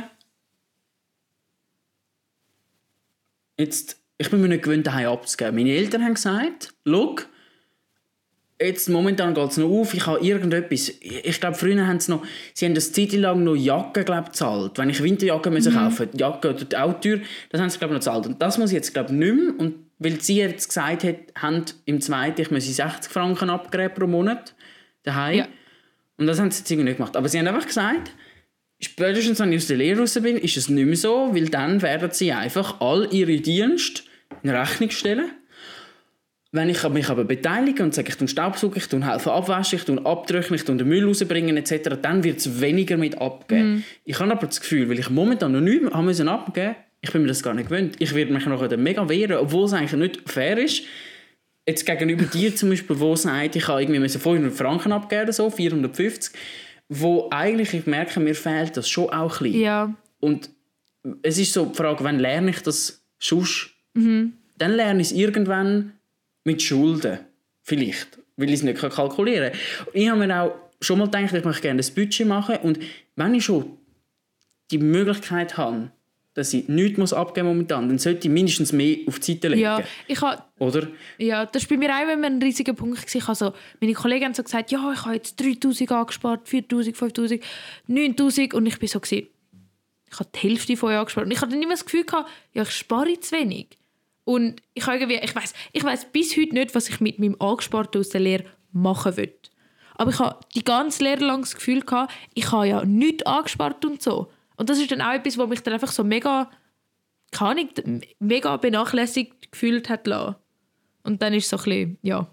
jetzt, ich bin mir nicht gewöhnt, daheim abzugeben. Meine Eltern haben gesagt, schau, jetzt momentan geht es noch auf, ich habe irgendetwas, ich glaube früher haben sie noch, sie haben eine Zeit lang noch Jacken, glaube ich, gezahlt. Wenn ich Winterjacken mhm. kaufen musste, Jacke oder die Autotür, das haben sie, glaube ich, noch gezahlt. Und das muss ich jetzt, glaube ich, nicht mehr. Und weil sie jetzt gesagt hat, haben im zweiten, ich muss sechzig Franken abgeben pro Monat daheim. Ja. Und das haben sie jetzt irgendwie nicht gemacht. Aber sie haben einfach gesagt, spätestens, wenn ich aus der Lehre raus bin, ist es nicht mehr so, weil dann werden sie einfach all ihre Dienste in Rechnung stellen. Wenn ich mich aber beteilige und sage, ich tue Staubsaugen, ich tue helfen abwaschen, ich tue abtrocknen, ich tue den Müll rausbringen et cetera, dann wird es weniger mit abgeben. Mm. Ich habe aber das Gefühl, weil ich momentan noch nichts haben müssen abgeben, ich bin mir das gar nicht gewöhnt. Ich werde mich nachher mega wehren, obwohl es eigentlich nicht fair ist. Jetzt gegenüber dir zum Beispiel, wo sagt, ich habe irgendwie fünfhundert Franken abgeben oder so, vierhundertfünfzig, wo eigentlich ich merke, mir fehlt das schon auch ein bisschen. Ja. Und es ist so die Frage, wann lerne ich das sonst? Mhm. Dann lerne ich es irgendwann mit Schulden. Vielleicht, weil ich es nicht kalkulieren kann. Ich habe mir auch schon mal gedacht, ich möchte gerne ein Budget machen und wenn ich schon die Möglichkeit habe, dass ich nichts abgeben muss momentan, dann sollte ich mindestens mehr auf die Seite legen. Ja, ich habe, oder? Ja, das war bei mir auch immer ein riesiger Punkt. Ich also, meine Kollegen haben so gesagt, ja, ich habe jetzt dreitausend angespart, viertausend, fünftausend, neuntausend und ich war so, gewesen, ich habe die Hälfte von euch angespart. Und ich hatte dann immer das Gefühl, gehabt, ja, ich spare zu wenig. Und ich, ich weiss, ich weiss bis heute nicht, was ich mit meinem Angesparten aus der Lehre machen will. Aber ich habe die ganze Lehre lang das Gefühl gehabt, ich habe ja nichts angespart und so. Und das ist dann auch etwas, was mich dann einfach so mega, keine Ahnung, mega benachlässigt gefühlt hat lassen. Und dann ist es so ein bisschen, ja.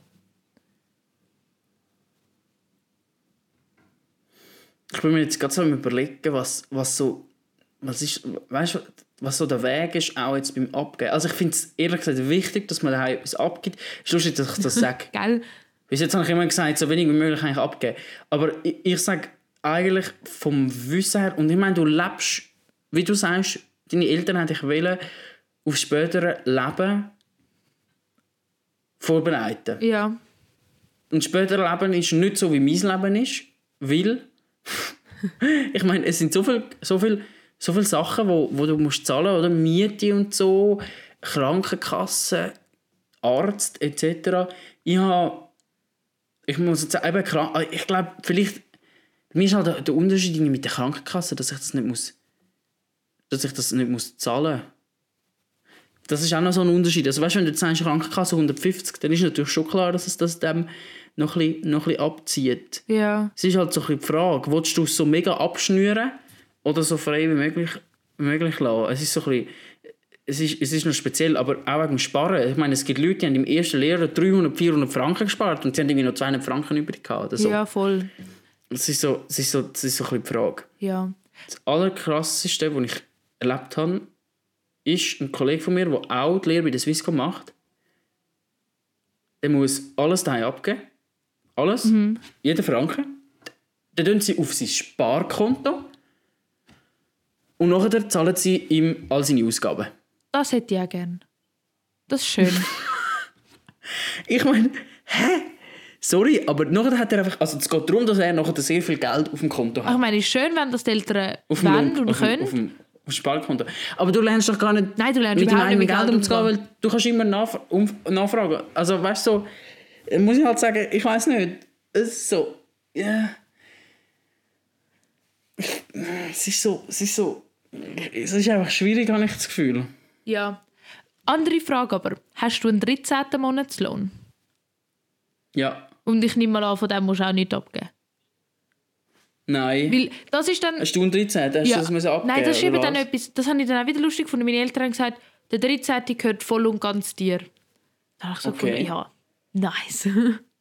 Ich bin mir jetzt gerade so am Überlegen, was, was so, was ist, weißt du, was so der Weg ist, auch jetzt beim Abgeben. Also ich finde es ehrlich gesagt wichtig, dass man daheim etwas abgibt. Es ist lustig, dass ich das sage. Geil. Bis jetzt habe ich immer gesagt, so wenig wie möglich eigentlich abgeben. Aber ich, ich sage eigentlich vom Wissen her, und ich meine, du lebst, wie du sagst, deine Eltern haben dich wollen, auf spätere Leben vorbereiten. Ja. Und spätere Leben ist nicht so, wie mein Leben ist, weil ich meine, es sind so viele so viel, so viel Sachen, wo, wo du musst zahlen musst, oder? Miete und so, Krankenkasse, Arzt et cetera. Ich habe, ich muss jetzt sagen, eben, ich glaube, vielleicht, mir ist halt der, der Unterschied mit der Krankenkasse, dass ich das nicht muss, dass ich das nicht muss zahlen. Das ist auch noch so ein Unterschied. Also weißt, wenn du jetzt sagst, Krankenkasse hundertfünfzig, dann ist natürlich schon klar, dass es das dem noch ein bisschen, noch ein bisschen abzieht. Ja. Es ist halt so ein bisschen die Frage, willst du es so mega abschnüren oder so frei wie möglich, wie möglich lassen? Es ist so ein bisschen, es ist, es ist noch speziell, aber auch wegen dem Sparen. Ich meine, es gibt Leute, die haben im ersten Lehrjahr dreihundert, vierhundert Franken gespart und sie haben irgendwie noch zweihundert Franken übrig gehabt. Oder so. Ja, voll. Es ist so, es ist so, es ist so ein bisschen die Frage. Ja. Das Allerkrasseste, was ich erlebt habe, ist ein Kollege von mir, der auch die Lehre bei der Swisscom macht. Der muss alles daheim abgeben. Alles. Mhm. Jeden Franken. Dann tun sie auf sein Sparkonto. Und nachher zahlen sie ihm all seine Ausgaben. Das hätte ich auch gerne. Das ist schön. Ich meine, hä? Sorry, aber nachher hat er einfach... Also es geht darum, dass er nachher sehr viel Geld auf dem Konto hat. Ich meine, es ist schön, wenn das die Eltern auf wollen und auf können. Auf dem, auf dem Sparkonto. Aber du lernst doch gar nicht... Nein, du lernst mit überhaupt nicht mit mit Geld Geld umzugehen, umgehen. weil du kannst immer nachf- um, nachfragen. Also weißt du, so, muss ich halt sagen, ich weiß nicht. Es ist so... Ja... Yeah. Es ist so... Es ist so... Es ist einfach schwierig, habe ich das Gefühl. Ja. Andere Frage aber. Hast du einen dreizehnten Monatslohn? Ja. Und ich nehme mal an, von dem musst du auch nichts abgeben. Nein. Weil das ist dann... Hast du einen dreizehnten? Hast ja. du das müssen abgeben? Nein, das ist eben oder dann was? etwas... Das habe ich dann auch wieder lustig gefunden. Meine Eltern haben gesagt, der dreizehnte gehört voll und ganz dir. Da habe ich so Okay. gefunden, ja, nice.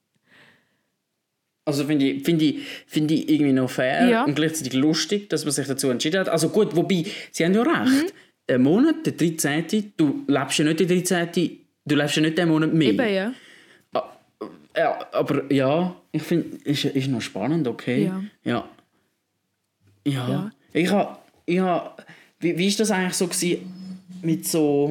Also finde ich, find ich, find ich irgendwie noch fair Ja. und gleichzeitig lustig, dass man sich dazu entschieden hat. Also gut, wobei, sie haben ja recht. Mhm. Der Monat, der dreizehnte, du lebst ja nicht den dreizehnten, du lebst ja nicht den Monat mehr. Eben, ja. Ah, ja, aber ja, ich finde, ist, ist noch spannend, okay. Ja. Ja. Ja. Ja. Ich habe, ich hab, wie, wie ist das eigentlich so gewesen mit so...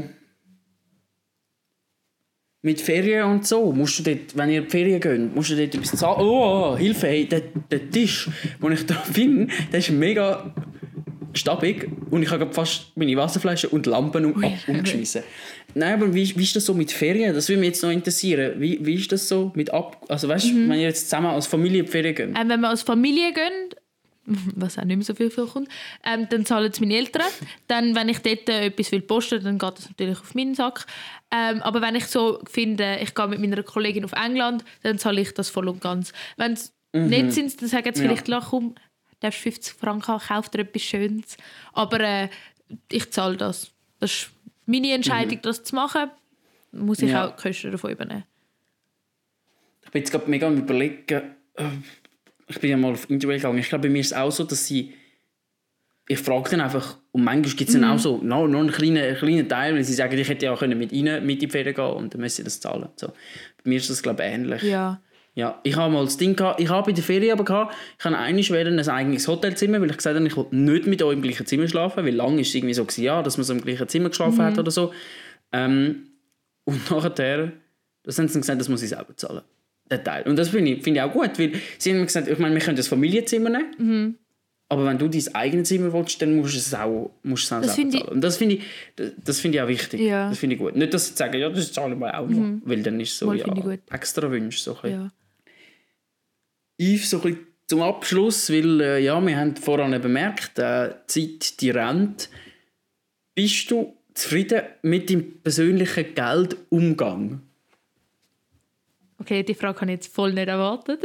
Mit Ferien und so, musst du dort, wenn ihr in die Ferien geht, musst du dort etwas zahlen. Oh, Hilfe, hey, der, der Tisch, den ich da finde, der ist mega stabil und ich habe fast meine Wasserflasche und Lampen um, ab, umgeschmissen. Nein, aber wie, wie ist das so mit Ferien? Das würde mich jetzt noch interessieren. Wie, wie ist das so mit ab... Also weißt du, mhm. wenn ihr jetzt zusammen als Familie in die Ferien geht? Ähm, wenn wir als Familie gehen, was auch nicht mehr so viel vorkommt, ähm, dann zahlen es meine Eltern. Dann, wenn ich dort äh, etwas will posten, dann geht das natürlich auf meinen Sack. Ähm, aber wenn ich so finde, ich gehe mit meiner Kollegin auf England, dann zahle ich das voll und ganz. Wenn es mhm. nicht sind, dann sagen sie Ja. vielleicht, ja. komm, darfst fünfzig Franken haben, kauf dir etwas Schönes. Aber äh, ich zahle das. Das ist meine Entscheidung, mhm. das zu machen. Muss ich Ja. auch die Kosten davon übernehmen. Ich bin jetzt gerade mega am Überlegen... äh, Ich bin ja mal auf Interrail gegangen. Ich glaube, bei mir ist es auch so, dass sie... Ich frage dann einfach, und manchmal gibt es dann Mhm. auch so no, nur einen kleinen, einen kleinen Teil, weil sie sagen, ich hätte ja auch mit ihnen mit in die Ferien gehen und dann müssen sie das zahlen. So. Bei mir ist das, glaube ich, ähnlich. Ja. Ja, ich habe mal das Ding gehabt, ich habe bei der Ferien aber gehabt, ich habe eigentlich wählen ein eigenes Hotelzimmer, weil ich gesagt habe, ich will nicht mit euch im gleichen Zimmer schlafen, weil lange ist es irgendwie so gewesen, ja, dass man so im gleichen Zimmer geschlafen Mhm. hat oder so. Ähm, und nachher, das haben sie dann gesagt, das muss ich selber zahlen. Der Teil. Und das finde ich, find ich auch gut, weil sie haben mir gesagt, ich meine, wir können das Familienzimmer nehmen, Mhm. aber wenn du dein eigenes Zimmer willst, dann musst du es auch, musst du es auch Das selber finde ich- zahlen. Und das finde ich, das, das finde ich auch wichtig. Ja. Das finde ich gut. Nicht, dass sie sagen, ja, das zahlen wir auch noch, Mhm. weil dann ist es so, Mal ja, finde ich gut. extra Wünsche. So ein bisschen. Ja. Yves, so ein bisschen zum Abschluss, weil äh, ja, wir haben vorhin eben bemerkt, äh, die Zeit, die rennt. Bist du zufrieden mit deinem persönlichen Geldumgang? Okay, die Frage habe ich jetzt voll nicht erwartet.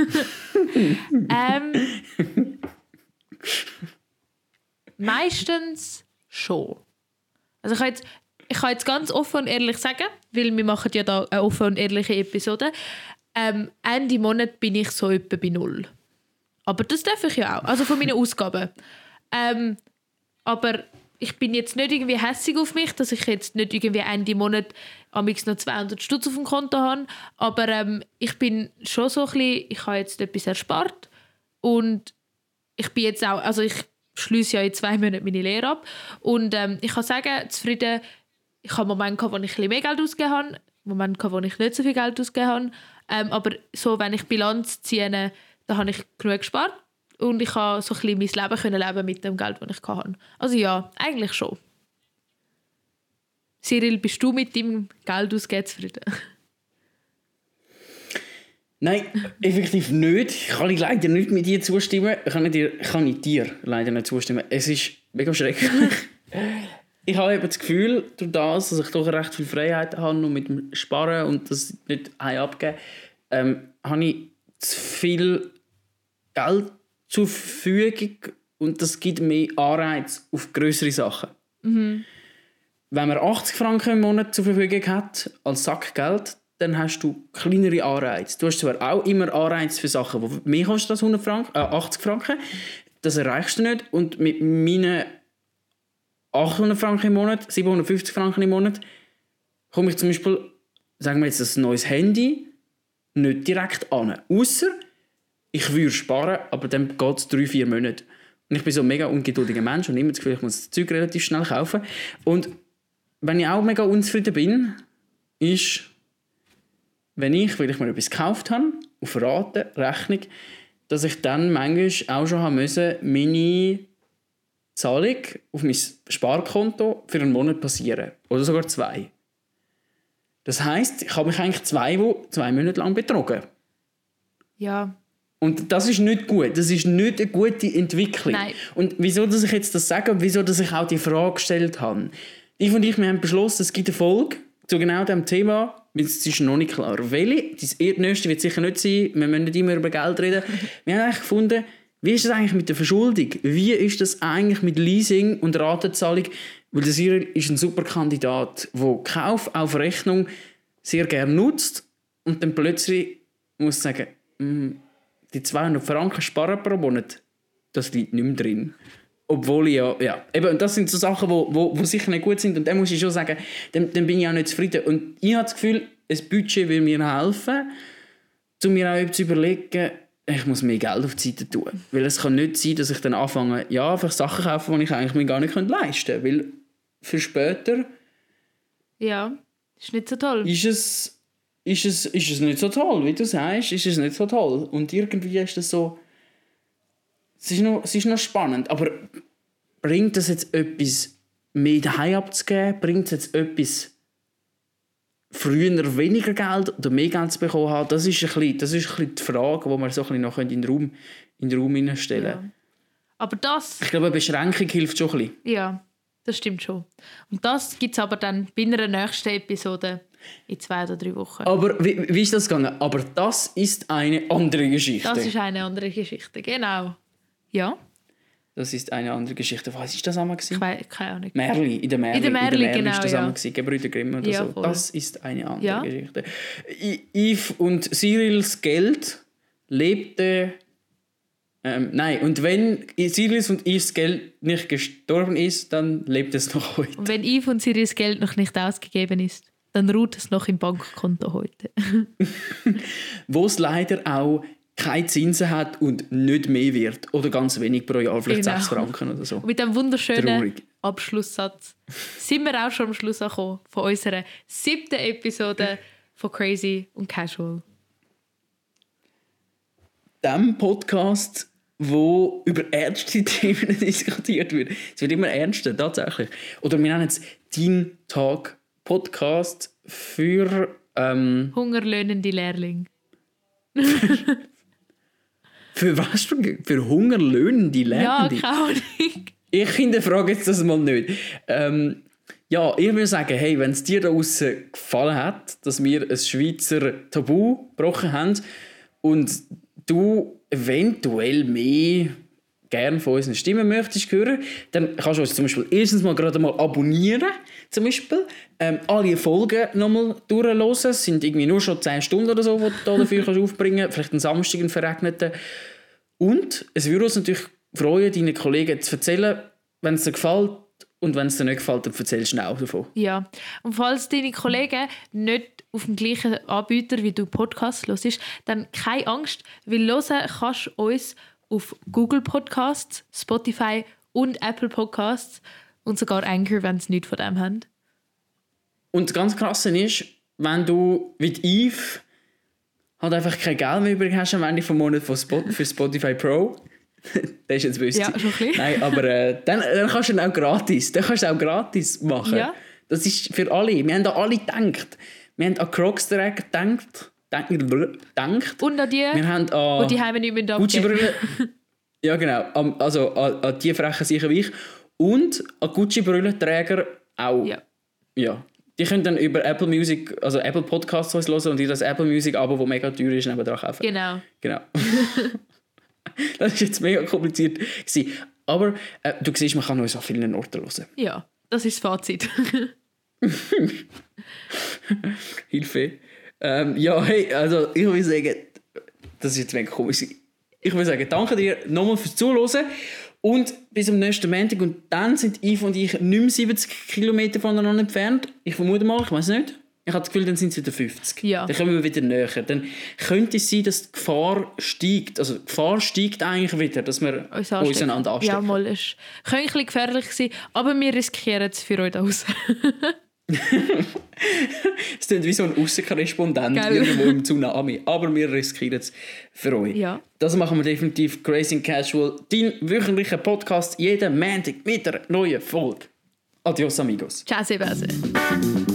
ähm, meistens schon. Also ich kann, jetzt, ich kann jetzt ganz offen und ehrlich sagen, weil wir machen ja da eine offen und ehrliche Episode. Ähm, Ende Monat bin ich so etwa bei null. Aber das darf ich ja auch. Also von meinen Ausgaben. Ähm, aber ich bin jetzt nicht irgendwie hässig auf mich, dass ich jetzt nicht irgendwie Ende Monat amix noch zweihundert Stutz auf dem Konto habe. Aber ähm, ich bin schon so ein bisschen, ich habe jetzt etwas erspart. Und ich bin jetzt auch, also ich schließe ja in zwei Monaten meine Lehre ab. Und ähm, ich kann sagen, zufrieden, ich habe Momente gehabt, wo ich ein bisschen mehr Geld ausgegeben habe, Momente gehabt, wo ich nicht so viel Geld ausgegeben habe. Ähm, aber so, wenn ich Bilanz ziehe, da habe ich genug gespart. Und ich konnte so ein bisschen mein Leben leben mit dem Geld, das ich hatte. Also ja, eigentlich schon. Cyril, bist du mit deinem Geld ausgeben zufrieden? Nein, effektiv nicht. Ich kann leider nicht mit dir zustimmen. Ich kann, nicht dir, kann ich dir leider nicht zustimmen. Es ist mega schrecklich. Ich habe eben das Gefühl, durch das, dass ich doch recht viel Freiheit habe und mit dem Sparen und das nicht abgeben, ähm, habe ich zu viel Geld zur Verfügung und das gibt mehr Anreiz auf grössere Sachen. Mhm. Wenn man achtzig Franken im Monat zur Verfügung hat, als Sackgeld, dann hast du kleinere Anreize. Du hast zwar auch immer Anreize für Sachen, die mehr kosten als hundert Franken, äh, achtzig Franken. Das erreichst du nicht. Und mit meinen achthundert Franken im Monat, siebenhundertfünfzig Franken im Monat, komme ich zum Beispiel, sagen wir jetzt, ein neues Handy nicht direkt an. Ausser ich würde sparen, aber dann geht es drei, vier Monate. Und ich bin so ein mega ungeduldiger Mensch und immer das Gefühl, ich muss das Zeug relativ schnell kaufen. Und wenn ich auch mega unzufrieden bin, ist, wenn ich, weil ich mir etwas gekauft habe, auf Raten, Rechnung, dass ich dann manchmal auch schon haben müssen, meine Zahlung auf mein Sparkonto für einen Monat passieren. Oder sogar zwei. Das heisst, ich habe mich eigentlich zwei, zwei Monate lang betrogen. Ja. Und das ist nicht gut. Das ist nicht eine gute Entwicklung. Nein. Und wieso, dass ich jetzt das sage und wieso, dass ich auch die Frage gestellt habe. Ich und ich, wir haben beschlossen, es gibt eine Folge zu genau diesem Thema. Es ist noch nicht klar, welche. Das nächste wird sicher nicht sein. Wir müssen nicht immer über Geld reden. Wir haben eigentlich gefunden, wie ist das eigentlich mit der Verschuldung? Wie ist das eigentlich mit Leasing und Ratenzahlung? Weil der Cyril ist ein super Kandidat, der Kauf auf Rechnung sehr gerne nutzt und dann plötzlich muss sagen, die zweihundert Franken sparen pro Monat, das liegt nicht mehr drin. Obwohl ich ja, ja, eben, das sind so Sachen, die wo, wo, wo sicher nicht gut sind und dann muss ich schon sagen, dann, dann bin ich auch nicht zufrieden. Und ich habe das Gefühl, ein Budget will mir helfen, um mir auch zu überlegen, ich muss mehr Geld auf die Seite tun. Weil es kann nicht sein, dass ich dann anfange, ja, einfach Sachen kaufen, die ich eigentlich mir gar nicht leisten könnte. Weil für später ja, ist nicht so toll. Ist es, ist, es, ist es nicht so toll, wie du sagst, ist es nicht so toll. Und irgendwie ist das so, es ist noch, es ist noch spannend, aber bringt das jetzt etwas, mehr daheim abzugeben? Bringt es jetzt etwas, früher weniger Geld oder mehr Geld zu bekommen haben? Das ist ein bisschen, das ist ein bisschen die Frage, die man so ein bisschen noch in den Raum, in den Raum hineinstellen Ja. Aber das... Ich glaube, eine Beschränkung hilft schon ein bisschen. Ja, das stimmt schon. Und das gibt es aber dann bei einer nächsten Episode in zwei oder drei Wochen. Aber wie, wie ist das gegangen? Aber das ist eine andere Geschichte. Das ist eine andere Geschichte, genau. Ja. Das ist eine andere Geschichte. Was ist das einmal? Ich weiß keine Ahnung. Merli, in der Merli. In der Merli, genau, ist das ja. einmal gewesen. Gebrüder Grimm oder Ja, so. voll. Das ist eine andere Ja. Geschichte. I- Yves und Cyrils Geld lebte... Ähm, nein, und wenn Cyrils und Yves Geld nicht gestorben ist, dann lebt es noch heute. Und wenn Yves und Cyrils Geld noch nicht ausgegeben ist, dann ruht es noch im Bankkonto heute. Wo es leider auch keine Zinsen hat und nicht mehr wird. Oder ganz wenig pro Jahr, vielleicht Genau. sechs Franken oder so. Und mit diesem wunderschönen Traurig. Abschlusssatz sind wir auch schon am Schluss angekommen von unserer siebten Episode von Crazy und Casual. Dem Podcast, wo über ernste Themen diskutiert wird. Es wird immer ernster, tatsächlich. Oder wir nennen es «Dein Tag Podcast» für... Ähm, Hungerlöhnende Lehrling. für was? Für, für hungerlöhnende Ja, Lernende? keine Ahnung. Ich hinterfrage jetzt das mal nicht. Ähm, ja, ich würde sagen, hey, wenn es dir da draussen gefallen hat, dass wir ein Schweizer Tabu gebrochen haben und du eventuell mehr gerne von unseren Stimmen möchtest hören, dann kannst du uns zum Beispiel erstens mal gerade mal abonnieren, zum Beispiel. Ähm, alle Folgen nochmal durchhören. Es sind irgendwie nur schon zehn Stunden oder so, die du da dafür kannst aufbringen kannst. Vielleicht einen Samstag, einen verregneten. Und es würde uns natürlich freuen, deinen Kollegen zu erzählen, wenn es dir gefällt. Und wenn es dir nicht gefällt, dann erzähl schnell davon. Ja, und falls deine Kollegen nicht auf dem gleichen Anbieter wie du Podcasts hörst, dann keine Angst, weil hören kannst du uns auf Google Podcasts, Spotify und Apple Podcasts und sogar Anchor, wenn sie nichts von dem haben. Und das ganz Krasse ist, wenn du wie die Yves halt einfach kein Geld mehr übrig hast am Ende vom Monat für Spotify Pro, das ist jetzt böse. Ja, schon ein bisschen. Nein, aber äh, dann, dann kannst du ihn auch gratis. Dann kannst du auch gratis machen. Ja. Das ist für alle. Wir haben an alle gedacht. Wir haben an Crocs-Träger gedacht. gedacht. Und an die, wir haben an die Heime nicht mehr Gucci-Brille. Ja, genau. Also an, an die frechen sicher wie ich. Und an Gucci-Brillenträger auch. Ja. ja. Die können dann über Apple Music, also Apple Podcasts uns hören und die das Apple Music Abo, das mega teuer ist, nebenan kaufen. Genau. Genau. Das war jetzt mega kompliziert gewesen. Aber äh, du siehst, man kann uns an vielen Orten hören. Ja, das ist das Fazit. Hilfe. Ähm, ja, hey, also ich würde sagen, das ist jetzt mega komisch. Ich würde sagen, danke dir nochmal fürs Zuhören und bis zum nächsten Montag. Und dann sind Yves und ich nicht mehr siebzig Kilometer voneinander entfernt. Ich vermute mal, ich weiß nicht. Ich habe das Gefühl, dann sind es wieder fünfzig. Ja. Dann kommen wir wieder näher. Dann könnte es sein, dass die Gefahr steigt. Also die Gefahr steigt eigentlich wieder, dass wir uns, uns einander anstecken. Ja, mal, es könnte ein bisschen gefährlich sein, aber wir riskieren es für euch aus. Es klingt wie so ein Aussenkorrespondent irgendwo im Tsunami. Aber wir riskieren es für euch. Ja. Das machen wir definitiv. Crazy and Casual, dein wöchentlicher Podcast, jeden Montag mit einer neuen Folge. Adios, amigos. Ciao, Sebase.